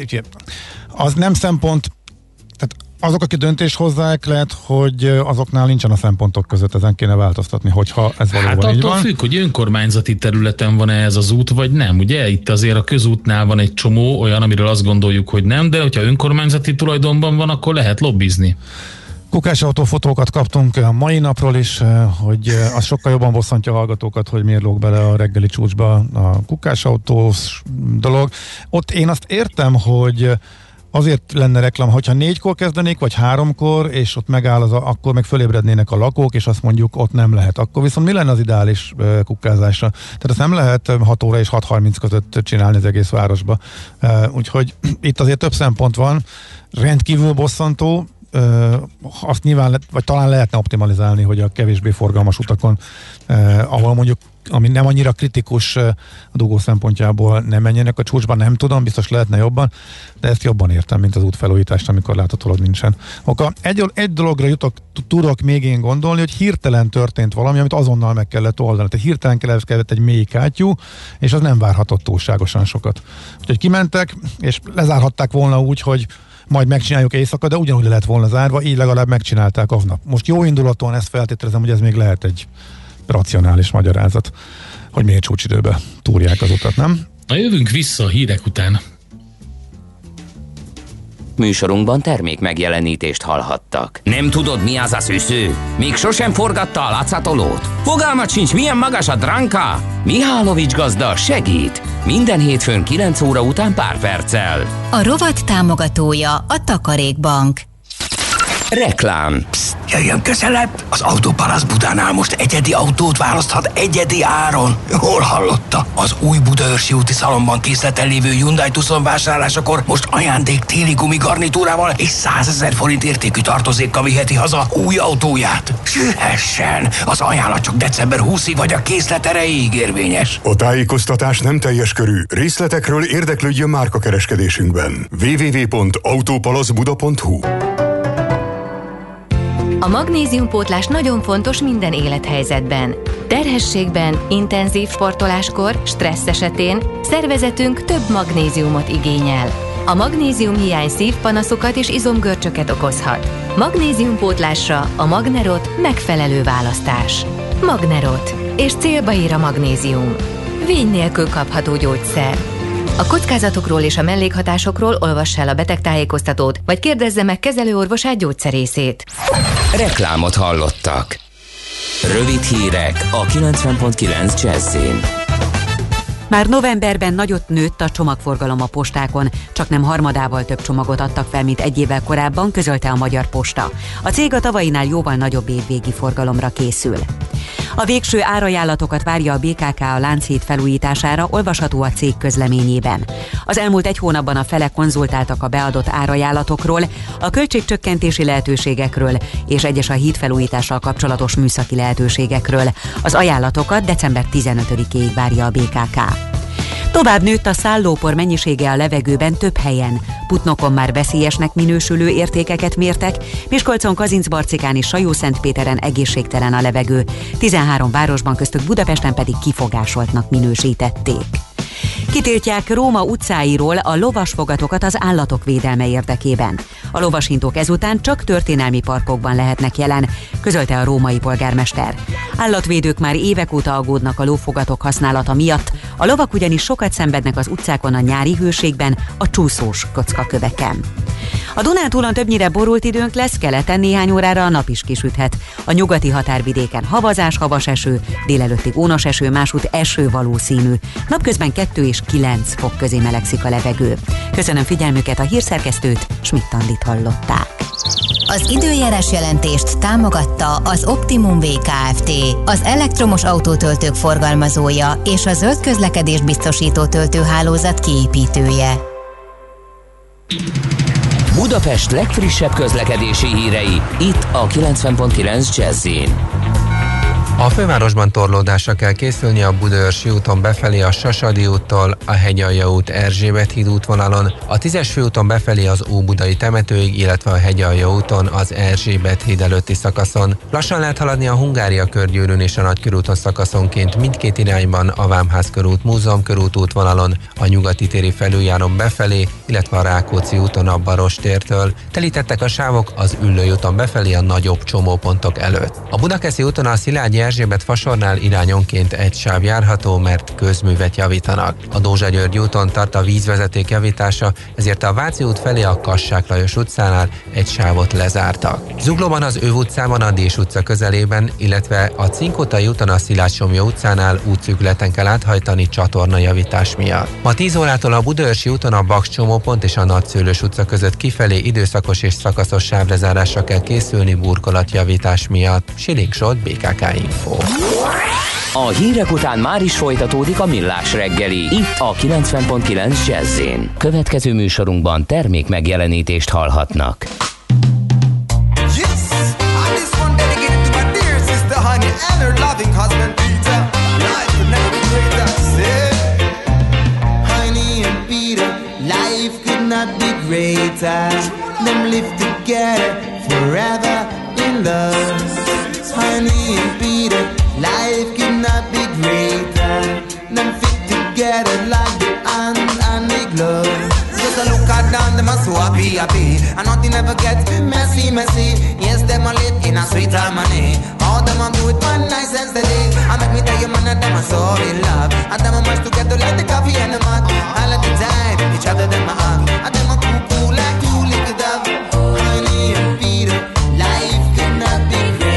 az nem szempont, tehát azok, akik döntést hozzák, lehet, hogy azoknál nincsen a szempontok között, ezen kéne változtatni, hogyha ez valóban hát így van. Hát attól függ, hogy önkormányzati területen van-e ez az út, vagy nem. Ugye itt azért a közútnál van egy csomó olyan, amiről azt gondoljuk, hogy nem, de hogyha önkormányzati tulajdonban van, akkor lehet lobbizni. Kukásautó fotókat kaptunk a mai napról is, hogy az sokkal jobban bosszantja a hallgatókat, hogy miért lóg bele a reggeli csúcsba a kukásautós dolog. Ott én azt értem, hogy azért lenne reklám, hogyha négykor kezdenék, vagy háromkor, és ott megáll az, a, akkor meg fölébrednének a lakók, és azt mondjuk, ott nem lehet. Akkor viszont mi lenne az ideális uh, kukázásra? Tehát ezt nem lehet hat óra és hat harminc között csinálni az egész városba. Uh, úgyhogy itt azért több szempont van. Rendkívül bosszantó, uh, azt nyilván, le, vagy talán lehetne optimalizálni, hogy a kevésbé forgalmas utakon, uh, ahol mondjuk ami nem annyira kritikus a dugó szempontjából, nem menjenek a csúcsban, nem tudom, biztos lehetne jobban, de ezt jobban értem, mint az útfelújítást, amikor láthatólag nincsen. Oka, egy, egy dologra jutok, tudok még én gondolni, hogy hirtelen történt valami, amit azonnal meg kellett oldani. Tehát hirtelen kellett egy mély kátyú, és az nem várhatott túlságosan sokat. Úgyhogy kimentek, és lezárhatták volna úgy, hogy majd megcsináljuk éjszaka, de ugyanúgy le lett volna zárva, így legalább megcsinálták aznap. Most jó indulaton ezt feltételezem, hogy ez még lehet egy racionális magyarázat, hogy miért csúcsidőbe túrják az utat, nem? Na, jövünk vissza a hírek után. Műsorunkban termék megjelenítést hallhattak. Nem tudod, mi az a szűző? Még sosem forgatta a látszatolót? Fogalmat sincs, milyen magas a dránka? Mihálovics gazda segít! Minden hétfőn kilenc óra után pár perccel. A rovat támogatója a Takarékbank. Reklám. Psst, jöjjön közelebb! Az Autópalasz Budánál most egyedi autót választhat egyedi áron. Hol hallotta? Az új Budaörsi úti szalomban készleten lévő Hyundai Tucson vásárlásakor most ajándék téli gumigarnitúrával és százezer forint értékű tartozékkal viheti haza új autóját. Sühessen! Az ajánlat csak december huszadikáig vagy a készlet erejéig érvényes. A tájékoztatás nem teljes körű. Részletekről érdeklődjön márkakereskedésünkben. double-u double-u double-u pont autopalaszbuda pont hu. A magnéziumpótlás nagyon fontos minden élethelyzetben. Terhességben, intenzív sportoláskor, stressz esetén szervezetünk több magnéziumot igényel. A magnéziumhiány szívpanaszokat és izomgörcsöket okozhat. Magnéziumpótlásra a Magnerot megfelelő választás. Magnerot. És célba ér a magnézium. Vény nélkül kapható gyógyszer. A kockázatokról és a mellékhatásokról olvass el a betegtájékoztatót, vagy kérdezze meg kezelőorvosát, gyógyszerészét. Reklámot hallottak. Rövid hírek a kilencven pont kilenc Jazzyn. Már novemberben nagyot nőtt a csomagforgalom a postákon, csak nem harmadával több csomagot adtak fel, mint egy évvel korábban, közölte a Magyar Posta. A cég a tavainál jóval nagyobb évvégi forgalomra készül. A végső árajánlatokat várja a bé ká ká a Lánchíd felújítására, olvasható a cég közleményében. Az elmúlt egy hónapban a felek konzultáltak a beadott árajánlatokról, a költségcsökkentési lehetőségekről és egyes a híd felújítással kapcsolatos műszaki lehetőségekről. Az ajánlatokat december tizenötödikéig várja a bé ká ká. Tovább nőtt a szállópor mennyisége a levegőben több helyen. Putnokon már veszélyesnek minősülő értékeket mértek, Miskolcon, Kazincbarcikán és Sajó-Szentpéteren egészségtelen a levegő. tizenhárom városban, köztük Budapesten pedig kifogásoltnak minősítették. Kitiltják Róma utcáiról a lovasfogatokat az állatok védelme érdekében. A lovashintók ezután csak történelmi parkokban lehetnek jelen, közölte a római polgármester. Állatvédők már évek óta aggódnak a lófogatok használata miatt, a lovak ugyanis sokat szenvednek az utcákon a nyári hőségben, a csúszós kockaköveken. A Dunántúlon többnyire borult időnk lesz, keleten néhány órára a nap is kisüthet. A nyugati határvidéken havazás, havas eső, délelőttig ónos eső, másút eső valószínű. Napközben kettő és kilenc fok közé melegszik a levegő. Köszönöm figyelmüket, a hírszerkesztőt, Schmidt-Andit hallották. Az időjárás jelentést támogatta az Optimum vé Kft., az elektromos autótöltők forgalmazója és a zöld közlekedés biztosító töltőhálózat kiépítője. Budapest legfrissebb közlekedési hírei, itt a kilencven pont kilenc Jazzyn. A fővárosban torlódásra kell készülni a Budaörsi úton befelé a Sasadi úttól, a Hegyalja út Erzsébet híd útvonalon, a tízes főúton befelé az Óbudai temetőig, illetve a Hegyalja úton az Erzsébet híd előtti szakaszon. Lassan lehet haladni a Hungária körgyűrűn és a Nagykörúton szakaszonként mindkét irányban a Vámház körút Múzeum körút útvonalon, a Nyugati téri felüljáron befelé, illetve a Rákóczi úton a Barostértől. Telítettek a sávok az Üllői úton befelé a nagyobb csomópontok előtt. A Budakeszi úton a Szilágyi Erzsébet fasornál irányonként egy sáv járható, mert közművet javítanak. A Dózsa-György úton tart a vízvezeték javítása, ezért a Váci út felé a Kassák Lajos utcánál egy sávot lezártak. Zuglóban az Őv utcában a Dés utca közelében, illetve a Cinkotai úton a Szilágysomja utcánál útszűkületen kell áthajtani csatornajavítás miatt. Ma tíz órától a Budaörsi úton a Baks csomópont és a Nagyszőlős utca között kifelé időszakos és szakaszos sávrezárásra kell készülni burkolatjavítás miatt. Siling Zsolt, bé ká ká Info. A hírek után már is folytatódik a Millás reggeli, itt a kilencven pont kilenc Jazzyn. Következő műsorunkban termék megjelenítést hallhatnak. Honey and Peter, life could not be greater. Them fit together like the hand and the glove. Just a look at them, them are so happy, happy. And nothing ever gets messy, messy. Yes, them are lit in a sweet harmony. All them are do it one nice and steady. I make me tell you, man, that them are so in love. And them are much together like the coffee and the mud. All of the time, each other them are hug. And them are cool, cool like two little dove. Honey and Peter, life could not be greater.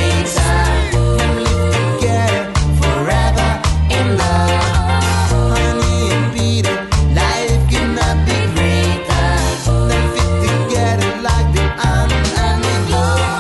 Love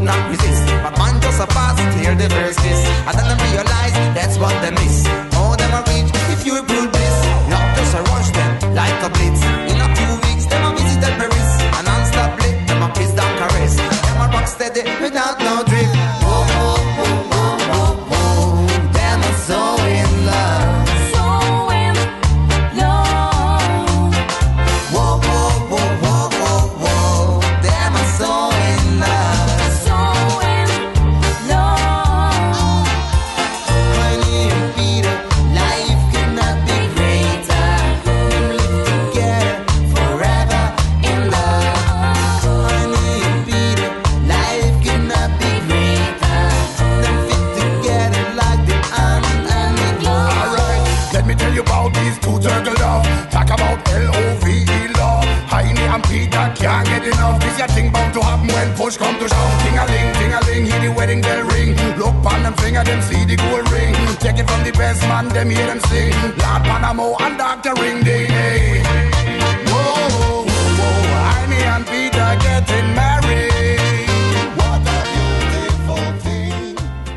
can't resist. But man just a pass, hear the verse this. And then them realize that's what they miss. Oh, them a reach, if you prove this. Not just a rush them, like a blitz. In a few weeks, them a visit Paris. And non-stop lit, them a kiss down caress. Them a rock steady, without no drip. Whoa, whoa, whoa, whoa, whoa, whoa. Them a so in love. So in love. Whoa, whoa, whoa, whoa, whoa, whoa. Them a so in love. So in love. Honey and Peter, life could not be greater. Them live together forever in love. Honey and Peter, life could not be greater. Them fit together like the hand and the glove. Alright, let me tell you about these two turtle love. Talk about L O V E love. Heine and Peter can't get enough. This your thing bound to happen when push come to shove. Ting-a-ling, ting-a-ling, hear the wedding bell ring. Look on them finger, them see the gold ring. Take it from the best man, them hear them sing. Lord Panamo and Doctor Ring Ding. Hey. Whoa, whoa, whoa, Heine and Peter getting married. What a beautiful thing.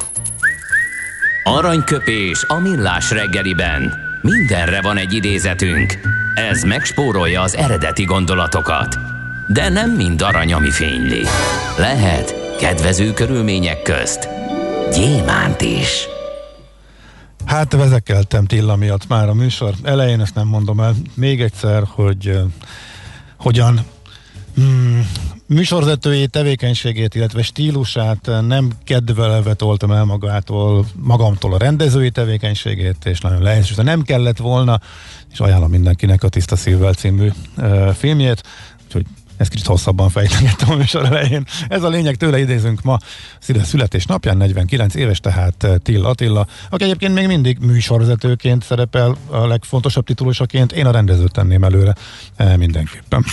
Aranyköpés a millás reggeliben. Mindenre van egy idézetünk. Ez megspórolja az eredeti gondolatokat. De nem mind arany, ami fényli. Lehet kedvező körülmények közt gyémánt is. Hát vezekeltem Tilla miatt már a műsor elején, ezt nem mondom el még egyszer, hogy uh, hogyan hmm, műsorvezetői tevékenységét, illetve stílusát nem kedvelve toltam el magától, magamtól a rendezői tevékenységét, és nagyon lehetősen nem kellett volna, és ajánlom mindenkinek a Tiszta Szívvel című uh, filmjét, úgyhogy ezt kicsit hosszabban fejtegettem a műsor elején. Ez a lényeg, tőle idézünk ma születésnapján, negyvenkilenc éves, tehát Till Attila, aki egyébként még mindig műsorvezetőként szerepel a legfontosabb titulusaként, én a rendezőt tenném előre mindenképpen.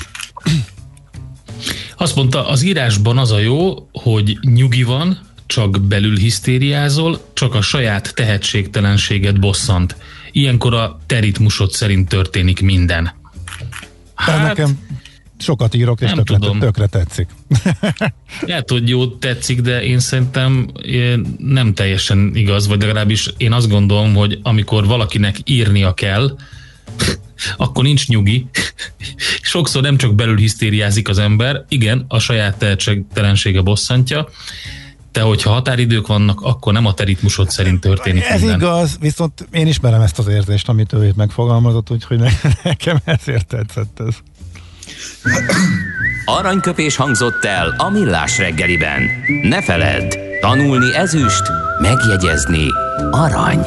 Azt mondta, az írásban az a jó, hogy nyugi van, csak belül hisztériázol, csak a saját tehetségtelenséged bosszant. Ilyenkor a te ritmusod szerint történik minden. Hát, nekem sokat írok, és tökre, tökre tetszik. Lehet, hogy jó tetszik, de én szerintem nem teljesen igaz, vagy legalábbis én azt gondolom, hogy amikor valakinek írnia kell, akkor nincs nyugi. Sokszor nem csak belül hisztériázik az ember, igen, a saját tehetségtelensége bosszantja, de hogyha határidők vannak, akkor nem a te ritmusod szerint történik Ez minden. igaz, viszont én ismerem ezt az érzést, amit ő itt megfogalmazott, úgyhogy nekem ezért tetszett ez. Aranyköpés hangzott el a millás reggeliben. Ne feledd, tanulni ezüst, megjegyezni arany.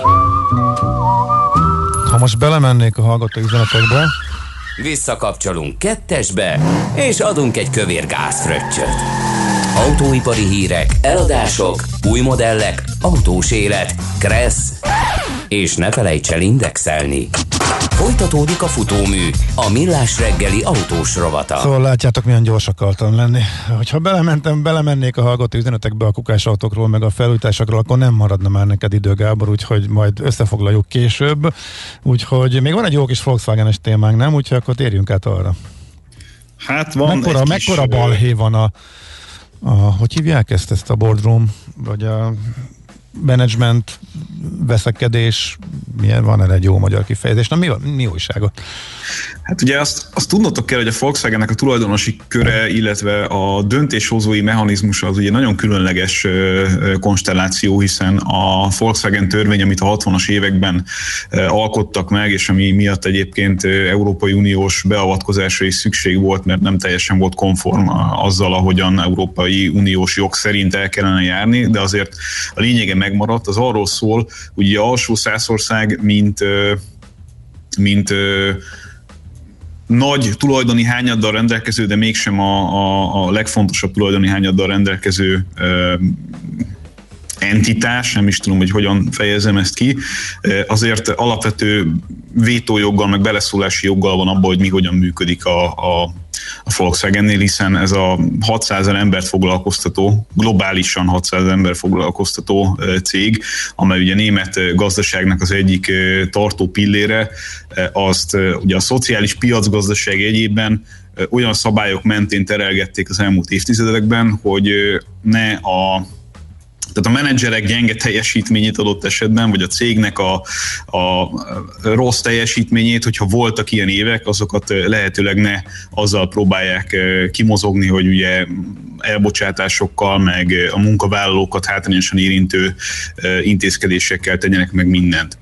Ha most belemennék a hallgató üzenetekbe, visszakapcsolunk kettesbe, és adunk egy kövér gázfröccsöt. Autóipari hírek, eladások, új modellek, autós élet, kressz, és ne felejts el indexelni. Folytatódik a futómű, a millás reggeli autós rovata. Szóval látjátok, milyen gyors akartam lenni. Hogyha belementem, belemennék a hallgató üzenetekbe a kukásautókról, meg a felújításokról, akkor nem maradna már neked idő, Gábor, úgyhogy majd összefoglaljuk később. Úgyhogy még van egy jó kis Volkswagen-es témánk, nem? Úgyhogy akkor térjünk át arra. Hát van mekkora, egy mekkora kis... balhé van a, a, hogy hívják ezt, ezt a boardroom, vagy a management, veszekedés, milyen, van erre egy jó magyar kifejezés? Na mi, mi újságot? Hát ugye azt, azt tudnotok kell, hogy a Volkswagennek a tulajdonosi köre, illetve a döntéshozói mechanizmusa az ugye nagyon különleges konstelláció, hiszen a Volkswagen törvény, amit a hatvanas években alkottak meg, és ami miatt egyébként Európai Uniós beavatkozásra is szükség volt, mert nem teljesen volt konform azzal, ahogyan Európai Uniós jog szerint el kellene járni, de azért a lényege megmaradt, az arról szól, hogy ugye alsó Szászország, mint, mint nagy tulajdoni hányaddal rendelkező, de mégsem a, a, a legfontosabb tulajdoni hányaddal rendelkező ö, entitás, nem is tudom, hogy hogyan fejezem ezt ki, azért alapvető vétójoggal, meg beleszólási joggal van abban, hogy mi hogyan működik a, a, a Volkswagennél, hiszen ez a hatszázezer embert foglalkoztató, globálisan hatszázezer ember foglalkoztató cég, amely ugye német gazdaságnak az egyik tartó pillére, azt ugye a szociális piacgazdaság egyében olyan szabályok mentén terelgették az elmúlt évtizedekben, hogy ne a Tehát a menedzserek gyenge teljesítményét adott esetben, vagy a cégnek a, a rossz teljesítményét, hogyha voltak ilyen évek, azokat lehetőleg ne azzal próbálják kimozogni, hogy ugye elbocsátásokkal, meg a munkavállalókat hátrányosan érintő intézkedésekkel tegyenek meg mindent.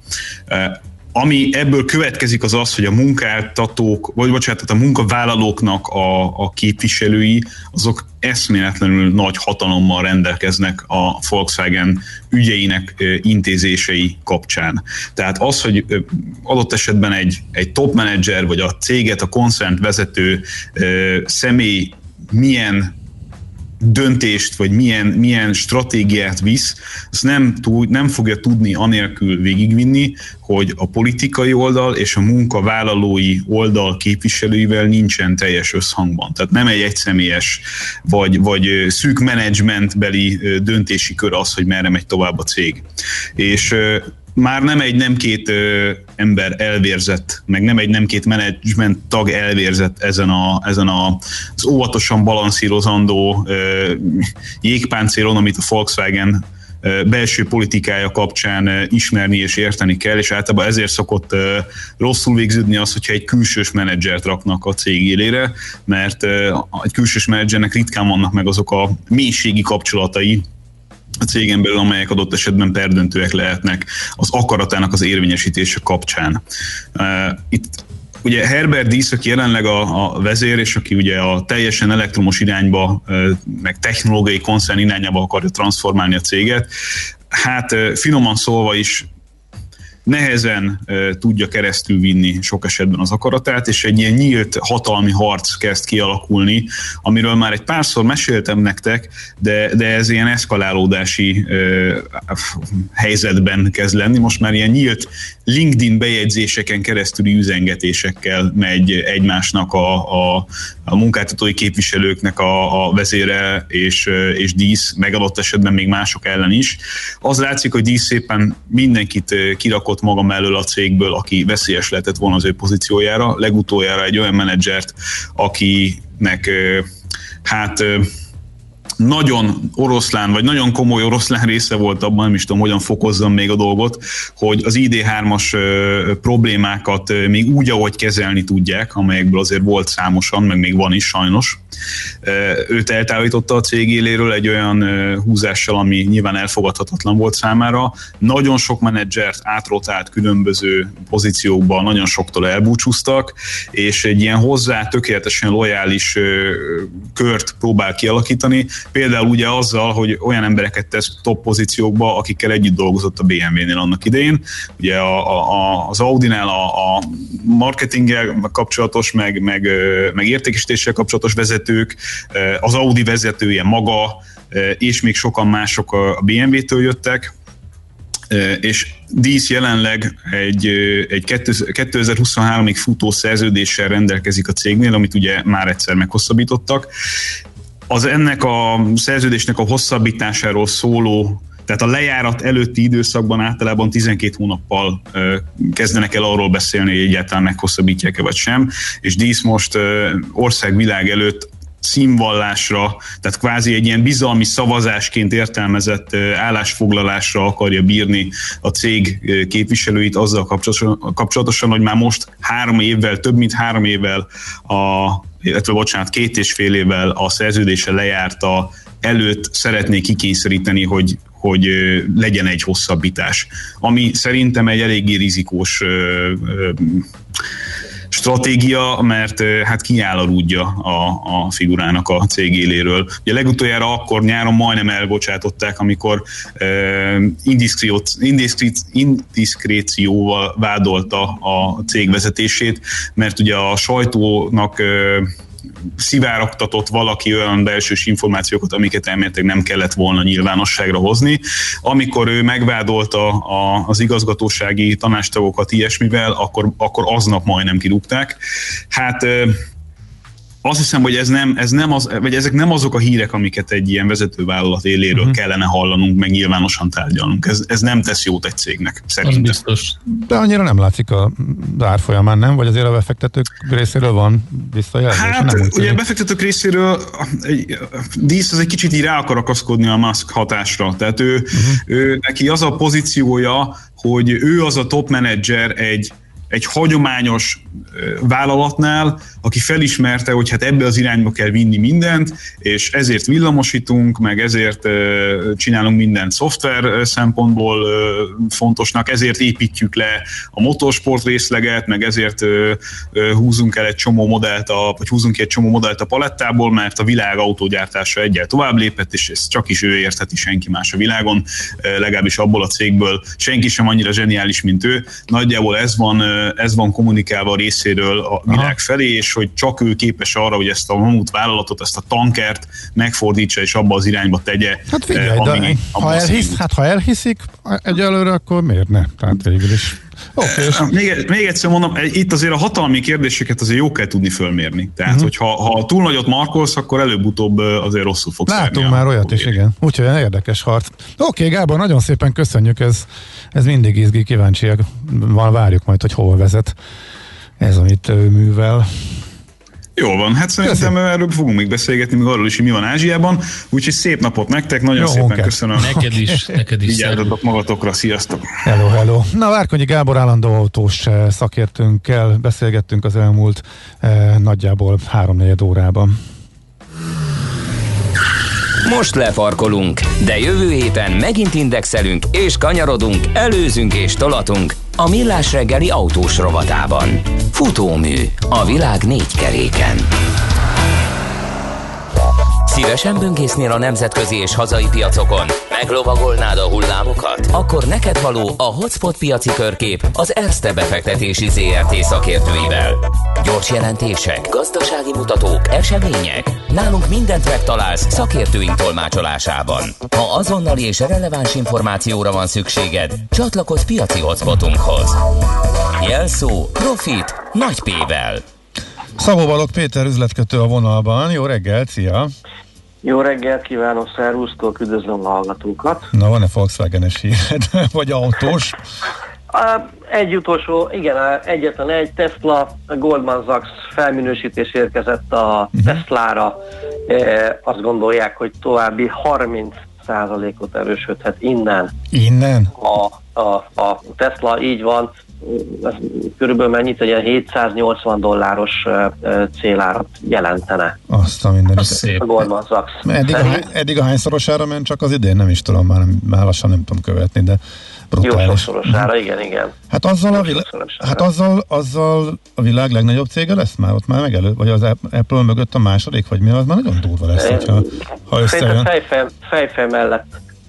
Ami ebből következik, az az, hogy a munkáltatók, vagy bocsánat, a munkavállalóknak a, a képviselői, azok eszméletlenül nagy hatalommal rendelkeznek a Volkswagen ügyeinek intézései kapcsán. Tehát az, hogy adott esetben egy, egy top menedzser, vagy a céget, a koncernt vezető személy milyen döntést, vagy milyen, milyen stratégiát visz, azt nem, tud, nem fogja tudni anélkül végigvinni, hogy a politikai oldal és a munkavállalói oldal képviselőivel nincsen teljes összhangban. Tehát nem egy egyszemélyes, vagy, vagy szűk menedzsmentbeli döntési kör az, hogy merre megy tovább a cég. És már nem egy, nem két ö, ember elvérzett, meg nem egy, nem két menedzsment tag elvérzett ezen, a, ezen a, az óvatosan balanszírozandó ö, jégpáncélon, amit a Volkswagen ö, belső politikája kapcsán ö, ismerni és érteni kell, és általában ezért szokott ö, rosszul végződni az, hogyha egy külsős menedzsert raknak a cég élére, mert ö, egy külsős menedzsernek ritkán vannak meg azok a mélységi kapcsolatai a cégen belül, amelyek adott esetben perdöntőek lehetnek az akaratának az érvényesítése kapcsán. Itt ugye Herbert Diess, aki jelenleg a, a vezér, és aki ugye a teljesen elektromos irányba, meg technológiai koncern irányába akarja transformálni a céget, hát finoman szólva is nehezen uh, tudja keresztül vinni sok esetben az akaratát, és egy ilyen nyílt hatalmi harc kezd kialakulni, amiről már egy párszor meséltem nektek, de, de ez ilyen eszkalálódási uh, helyzetben kezd lenni. Most már ilyen nyílt LinkedIn bejegyzéseken keresztüli üzengetésekkel megy egymásnak a, a, a munkáltatói képviselőknek a, a vezére és, és Diess, megadott esetben még mások ellen is. Az látszik, hogy Diess szépen mindenkit kirakott maga mellől a cégből, aki veszélyes lehetett volna az ő pozíciójára. Legutoljára egy olyan menedzsert, akinek hát nagyon oroszlán, vagy nagyon komoly oroszlán része volt abban, nem is tudom, hogyan fokozzam még a dolgot, hogy az I D hármas problémákat még úgy, ahogy kezelni tudják, amelyekből azért volt számosan, meg még van is sajnos. Őt eltávolította a cég éléről egy olyan húzással, ami nyilván elfogadhatatlan volt számára. Nagyon sok menedzsert átrotált különböző pozíciókban, nagyon soktól elbúcsúztak, és egy ilyen hozzá tökéletesen lojális kört próbál kialakítani. Például ugye azzal, hogy olyan embereket tesz top pozíciókba, akikkel együtt dolgozott a bé em vé-nél annak idején. Ugye a, a, az Audinál a, a marketinggel kapcsolatos, meg, meg, meg értékesítéssel kapcsolatos vezetők, az Audi vezetője maga, és még sokan mások a bé em vé-től jöttek, és Diess jelenleg egy, egy kétezer-huszonháromig futó szerződéssel rendelkezik a cégnél, amit ugye már egyszer meghosszabbítottak. Az ennek a szerződésnek a hosszabbításáról szóló, tehát a lejárat előtti időszakban általában tizenkét hónappal ö, kezdenek el arról beszélni, hogy egyáltalán meghosszabbítják-e vagy sem, és Diess most ö, országvilág előtt színvallásra, tehát kvázi egy ilyen bizalmi szavazásként értelmezett állásfoglalásra akarja bírni a cég képviselőit azzal kapcsolatosan, kapcsolatosan hogy már most három évvel, több mint három évvel, a, illetve bocsánat, két és fél évvel a szerződése lejárta előtt szeretné kikényszeríteni, hogy hogy legyen egy hosszabbítás. Ami szerintem egy eléggé rizikós ö, ö, stratégia, mert hát kiáll a rúdja a, a figurának a cég éléről. Ugye legutoljára akkor nyáron majdnem elbocsátották, amikor uh, indiszkrécióval vádolta a cég vezetését, mert ugye a sajtónak uh, szivárogtatott valaki olyan belsős információkat, amiket elméletileg nem kellett volna nyilvánosságra hozni. Amikor ő megvádolta a, az igazgatósági tanácstagokat ilyesmivel, akkor, akkor aznap majdnem kirúgták. Hát azt hiszem, hogy ez nem, ez nem az, vagy ezek nem azok a hírek, amiket egy ilyen vezetővállalat éléről uh-huh. kellene hallanunk, meg nyilvánosan tárgyalnunk. Ez, ez nem tesz jót egy cégnek, szerintem. Biztos. De annyira nem látszik a árfolyamán, nem? Vagy azért a befektetők részéről van visszajelzés? Hát, nem ugye a befektetők részéről egy, dísz az egy kicsit így rá akar akaszkodni a Musk hatásra. Tehát ő, uh-huh. ő, neki az a pozíciója, hogy ő az a top menedzser egy egy hagyományos vállalatnál, aki felismerte, hogy hát ebbe az irányba kell vinni mindent, és ezért villamosítunk, meg ezért csinálunk mindent szoftver szempontból fontosnak, ezért építjük le a motorsport részleget, meg ezért húzunk el egy csomó modellt, a, vagy húzunk ki egy csomó modellt a palettából, mert a világ autógyártása egyel tovább lépett, és ezt csak is ő értheti, senki más a világon, legalábbis abból a cégből senki sem annyira zseniális, mint ő. Nagyjából ez van ez van kommunikálva a részéről a világ Aha. felé, és hogy csak ő képes arra, hogy ezt a mamut vállalatot, ezt a tankert megfordítsa, és abba az irányba tegye. Hát figyelj, ami, de ha, elhisz, hát, ha elhiszik egyelőre, akkor miért ne? Tehát végül is. Okay. Még, még egyszer mondom, itt azért a hatalmi kérdéseket azért jó kell tudni fölmérni. Tehát, uh-huh. hogyha ha túl nagyot markolsz, akkor előbb-utóbb azért rosszul fogsz Látunk szerni már olyat is, igen. Úgyhogy olyan érdekes harc. Oké, okay, Gábor, nagyon szépen köszönjük, ez, ez mindig izgi, kíváncsiak. Várjuk majd, hogy hova vezet ez, amit ő művel. Jó van, hát szerintem köszönöm. Erről fogunk még beszélgetni, még arról is, hogy mi van Ázsiában. Úgyhogy szép napot nektek, nagyon Jó, szépen munkát. Köszönöm. Neked is, neked is. Vigyázzatok magatokra, sziasztok! Hello, hello! Na, Várkonyi Gábor állandó autós szakértőnkkel beszélgettünk az elmúlt eh, nagyjából háromnegyed órában. Most lefarkolunk, de jövő héten megint indexelünk és kanyarodunk, előzünk és tolatunk a Millás reggeli autós rovatában. Futómű a világ négy keréken. Szívesen böngésznél a nemzetközi és hazai piacokon? Meglovagolnád a hullámokat? Akkor neked való a Hotspot piaci körkép az Erste befektetési zé er té szakértőivel. Gyors jelentések, gazdasági mutatók, események. Nálunk mindent megtalálsz szakértőink tolmácsolásában. Ha azonnali és releváns információra van szükséged, csatlakozz piaci hotspotunkhoz. Jelszó Profit nagy P-vel. Szabó Balogh Péter üzletkötő a vonalban. Jó reggelt, szia! Jó reggelt kívánok, szervusztok, üdvözlöm a hallgatókat. Na, van-e Volkswagen-es híred, vagy autós? Egy utolsó, igen, egyetlen egy Tesla, a Goldman Sachs felminősítés érkezett a uh-huh. Teslára. E, azt gondolják, hogy további harminc százalékot erősödhet innen. Innen? A, a, a Tesla, így van. Ez körülbelül mennyit, egy ilyen hétszáznyolcvan dolláros célárat jelentene. Azt a mindenit. A Goldman Sachs. Eddig a, eddig a hányszorosára ment csak az idén? Nem is tudom, már, nem, már lassan nem tudom követni, de brutális. Jó sokszorosára, igen, igen. Hát azzal a, vilá... hát azzal, azzal a világ legnagyobb cége lesz már? Ott már megelő? Vagy az Apple mögött a második? Vagy mi az? Már nagyon durva lesz, hogyha, ha összejön. Fejfej, fejfej mellett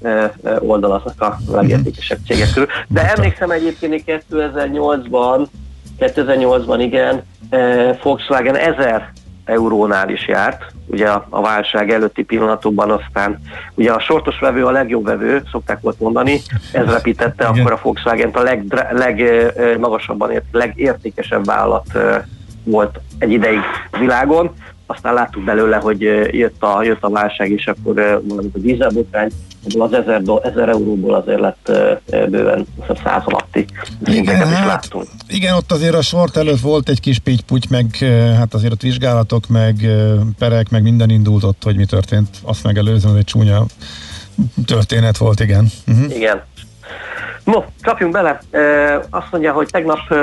oldalaznak a legértékesebb cégek körül. De emlékszem egyébként kétezer-nyolcban, kétezer-nyolcban igen, Volkswagen ezer eurónál is járt, ugye a, a válság előtti pillanatokban, aztán ugye a sortos vevő a legjobb vevő, szokták volt mondani, ez repítette akkor a Volkswagen-t a legmagasabban leg, legértékesebb vállalat volt egy ideig világon. Aztán láttuk belőle, hogy jött a, jött a válság, és akkor valamint a dízelbotrány, az ezer, do, ezer euróból azért lett bőven száz alatti szinteket is láttunk. Igen, ott azért a sort előtt volt egy kis pitty-putty, meg hát azért ott vizsgálatok, meg perek, meg minden indult ott, hogy mi történt. Azt megelőzően egy csúnya történet volt, igen. Uh-huh. Igen. No, csapjunk bele. E, azt mondja, hogy tegnap e,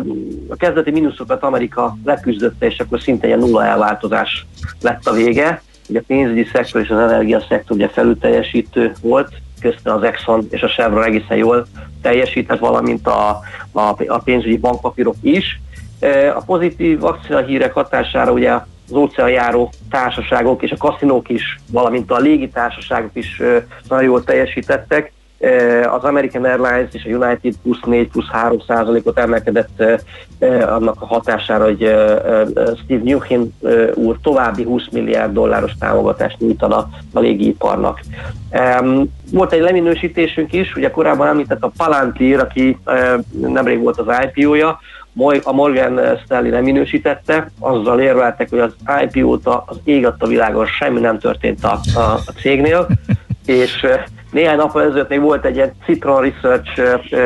a kezdeti mínuszokat Amerika leküzdötte, és akkor szinte egy nulla elváltozás lett a vége. Ugye a pénzügyi szektor és az energiaszektor ugye felülteljesítő volt, közben az Exxon és a Chevron egészen jól teljesített, valamint a, a, a pénzügyi bankpapírok is. E, a pozitív akciahírek hatására ugye az óceánjáró társaságok és a kaszinók is, valamint a légitársaságok is e, nagyon jól teljesítettek. Az American Airlines és a United plusz négy plusz három százalékot emelkedett annak a hatására, hogy Steve Mnuchin úr további húsz milliárd dolláros támogatást nyújtana a légiiparnak. Volt egy leminősítésünk is, ugye korábban említett a Palantir, aki nemrég volt az I P O-ja, a Morgan Stanley nem minősítette, azzal érveltek, hogy az I P óta az ég adta világon semmi nem történt a, a, a cégnél, és néhány nap ezelőtt még volt egy ilyen Citron Research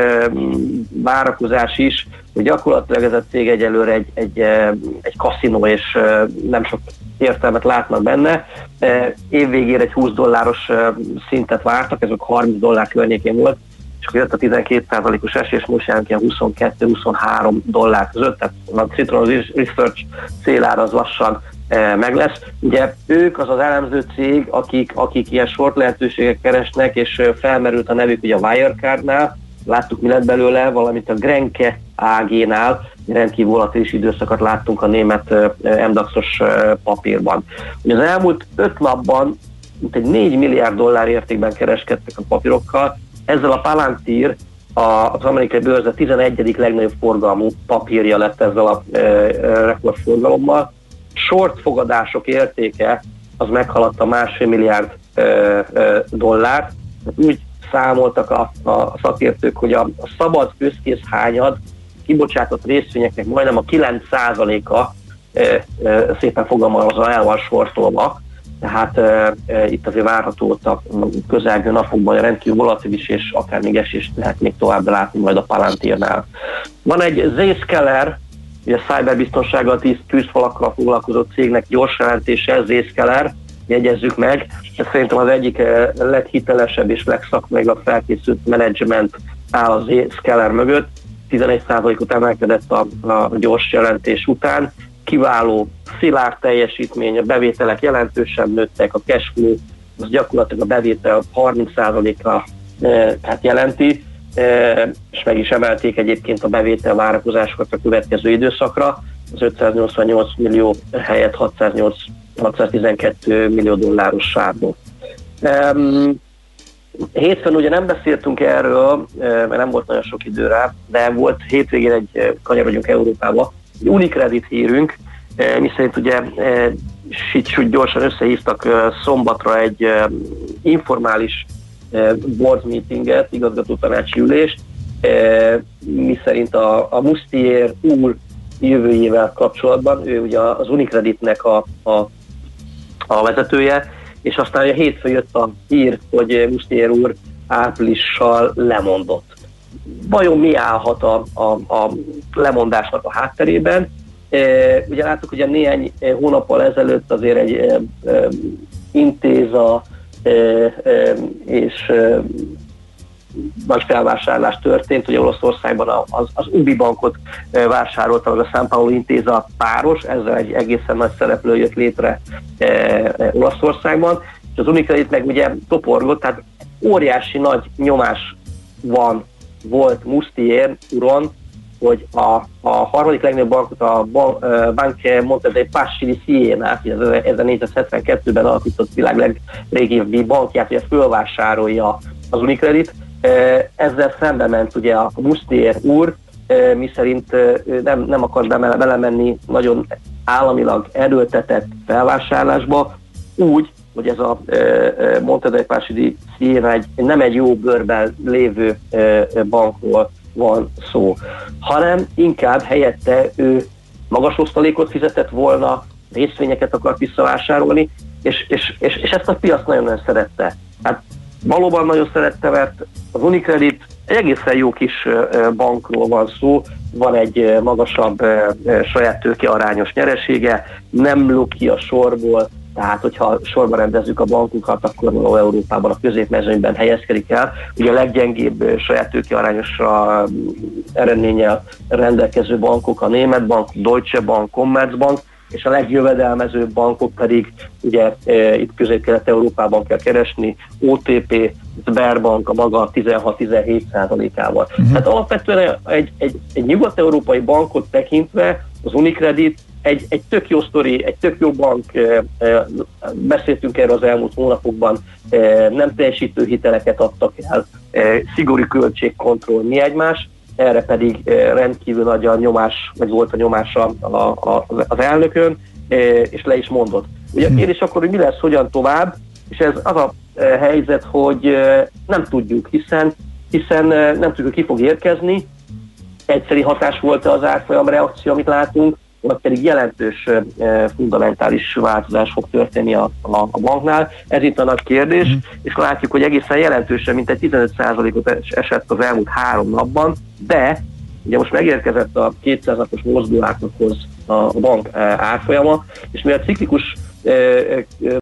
várakozás is, hogy gyakorlatilag ez a cég egyelőre egy, egy, egy kaszinó, és nem sok értelmet látnak benne. Évvégére egy húsz dolláros szintet vártak, ez harminc dollár környékén volt, és akkor jött a tizenkét százalékos esés, most jelent ilyen huszonkettő-huszonhárom dollár között, tehát a Citron Research célára az lassan meg lesz. Ugye ők az az elemző cég, akik, akik ilyen short lehetőségek keresnek, és felmerült a nevük ugye a Wirecardnál, láttuk mi lett belőle, valamint a Grenke á gé-nál rendkívül volatilis időszakat láttunk a német em dax-os papírban. Ugye az elmúlt öt napban mint egy négy milliárd dollár értékben kereskedtek a papírokkal, ezzel a Palantir az amerikai bőrze tizenegyedik legnagyobb forgalmú papírja lett ezzel a rekordforgalommal. Short fogadások értéke az meghaladta másfél milliárd dollár. Úgy számoltak a, a szakértők, hogy a, a szabad közkész hányad kibocsátott részvényeknek majdnem a kilenc százaléka e, e, szépen fogalmazva el van sortolva, tehát e, e, itt azért várható ott a közelgő napokban rendkívül volatilis, és akár még esést lehet még tovább látni majd a Palantirnál. Van egy Zscaler, ugye a cyberbiztonsággal, tűzfalakkal foglalkozó cégnek gyors jelentése, Zscaler, jegyezzük meg, ez szerintem az egyik leghitelesebb és legszakmailag felkészült menedzsment áll az Zscaler mögött, tizenegy százalékot emelkedett a, a gyors jelentés után, kiváló, szilárd teljesítmény, a bevételek jelentősen nőttek, a cash flow, az gyakorlatilag a bevétel harminc százaléka e, hát jelenti, e, és meg is emelték egyébként a bevétel várakozásokat a következő időszakra, az ötszáznyolcvannyolc millió helyett hatszáztizenkettő millió dolláros sávból. Um, hétfőn ugye nem beszéltünk erről, mert nem volt nagyon sok idő rá, de volt hétvégén egy, kanyarodjunk Európába, egy Unicredit hírünk, mi szerint ugye így gyorsan összehívtak szombatra egy informális board meetinget, igazgatótanácsi ülést, mi szerint a, a Mustier úr jövőjével kapcsolatban, ő ugye az Unicreditnek a, a, a vezetője, és aztán ugye hétfőn jött a hír, hogy Mustier úr áprilissal lemondott. Vajon mi állhat a, a, a lemondásnak a hátterében? E, ugye láttuk, hogy néhány hónappal ezelőtt azért egy e, e, Intéza e, e, és e, nagy felvásárlás történt, hogy Olaszországban az, az Ubi bankot vásárolta meg a São Paulo Intéza páros, ezzel egy egészen nagy szereplő jött létre e, e, Olaszországban, és az Unicredit meg ugye toporgott, tehát óriási nagy nyomás van, volt Mustier uron, hogy a, a harmadik legnagyobb bankot, a Banca Monte dei Paschi di Siena, ezernégyszázhetvenkettőben alapított világ legrégebbi bankját, ugye fölvásárolja az Unicredit. Ezzel szembe ment ugye a Mustier úr, miszerint nem, nem akar belemenni nagyon államilag erőltetett felvásárlásba, úgy, hogy ez a Monte dei Paschi di Siena egy, nem egy jó bőrben lévő bankról van szó, hanem inkább helyette ő magas osztalékot fizetett volna, részvényeket akart visszavásárolni, és, és, és, és ezt a piac nagyon-nagyon szerette. Hát valóban nagyon szerette, mert az Unicredit egy egészen jó kis bankról van szó, van egy magasabb saját tőkearányos nyeresége, nem luk ki a sorból, tehát hogyha sorba rendezzük a bankunkat, akkor való Európában a középmezőnyben helyezkedik el. Ugye a leggyengébb saját tőkearányosra eredménnyel rendelkező bankok a Német Bank, Deutsche Bank, Commerzbank, és a legjövedelmezőbb bankok pedig ugye e, itt Közép-Kelet-Európában kell keresni, o té pé, Sberbank a maga tizenhat-tizenhét százalékával. Uh-huh. Tehát alapvetően egy, egy, egy nyugat-európai bankot tekintve az Unicredit egy, egy tök jó sztori, egy tök jó bank, e, e, beszéltünk erről az elmúlt hónapokban, e, nem teljesítő hiteleket adtak el, e, szigorú költségkontroll, mi egymás, erre pedig rendkívül nagy a nyomás, vagy volt a nyomása a, a, az elnökön, és le is mondott. Ugye a kérdés akkor, hogy mi lesz, hogyan tovább, és ez az a helyzet, hogy nem tudjuk, hiszen, hiszen nem tudjuk, ki fog érkezni, egyszeri hatás volt-e az árfolyam reakció, amit látunk, vagy pedig jelentős uh, fundamentális változás fog történni a, a, a banknál. Ez itt a nagy kérdés, mm. és látjuk, hogy egészen jelentősen, mint egy tizenöt százalékot esett az elmúlt három napban, de ugye most megérkezett a kétszáz napos mozgóátlaghoz a bank árfolyama, és mivel ciklikus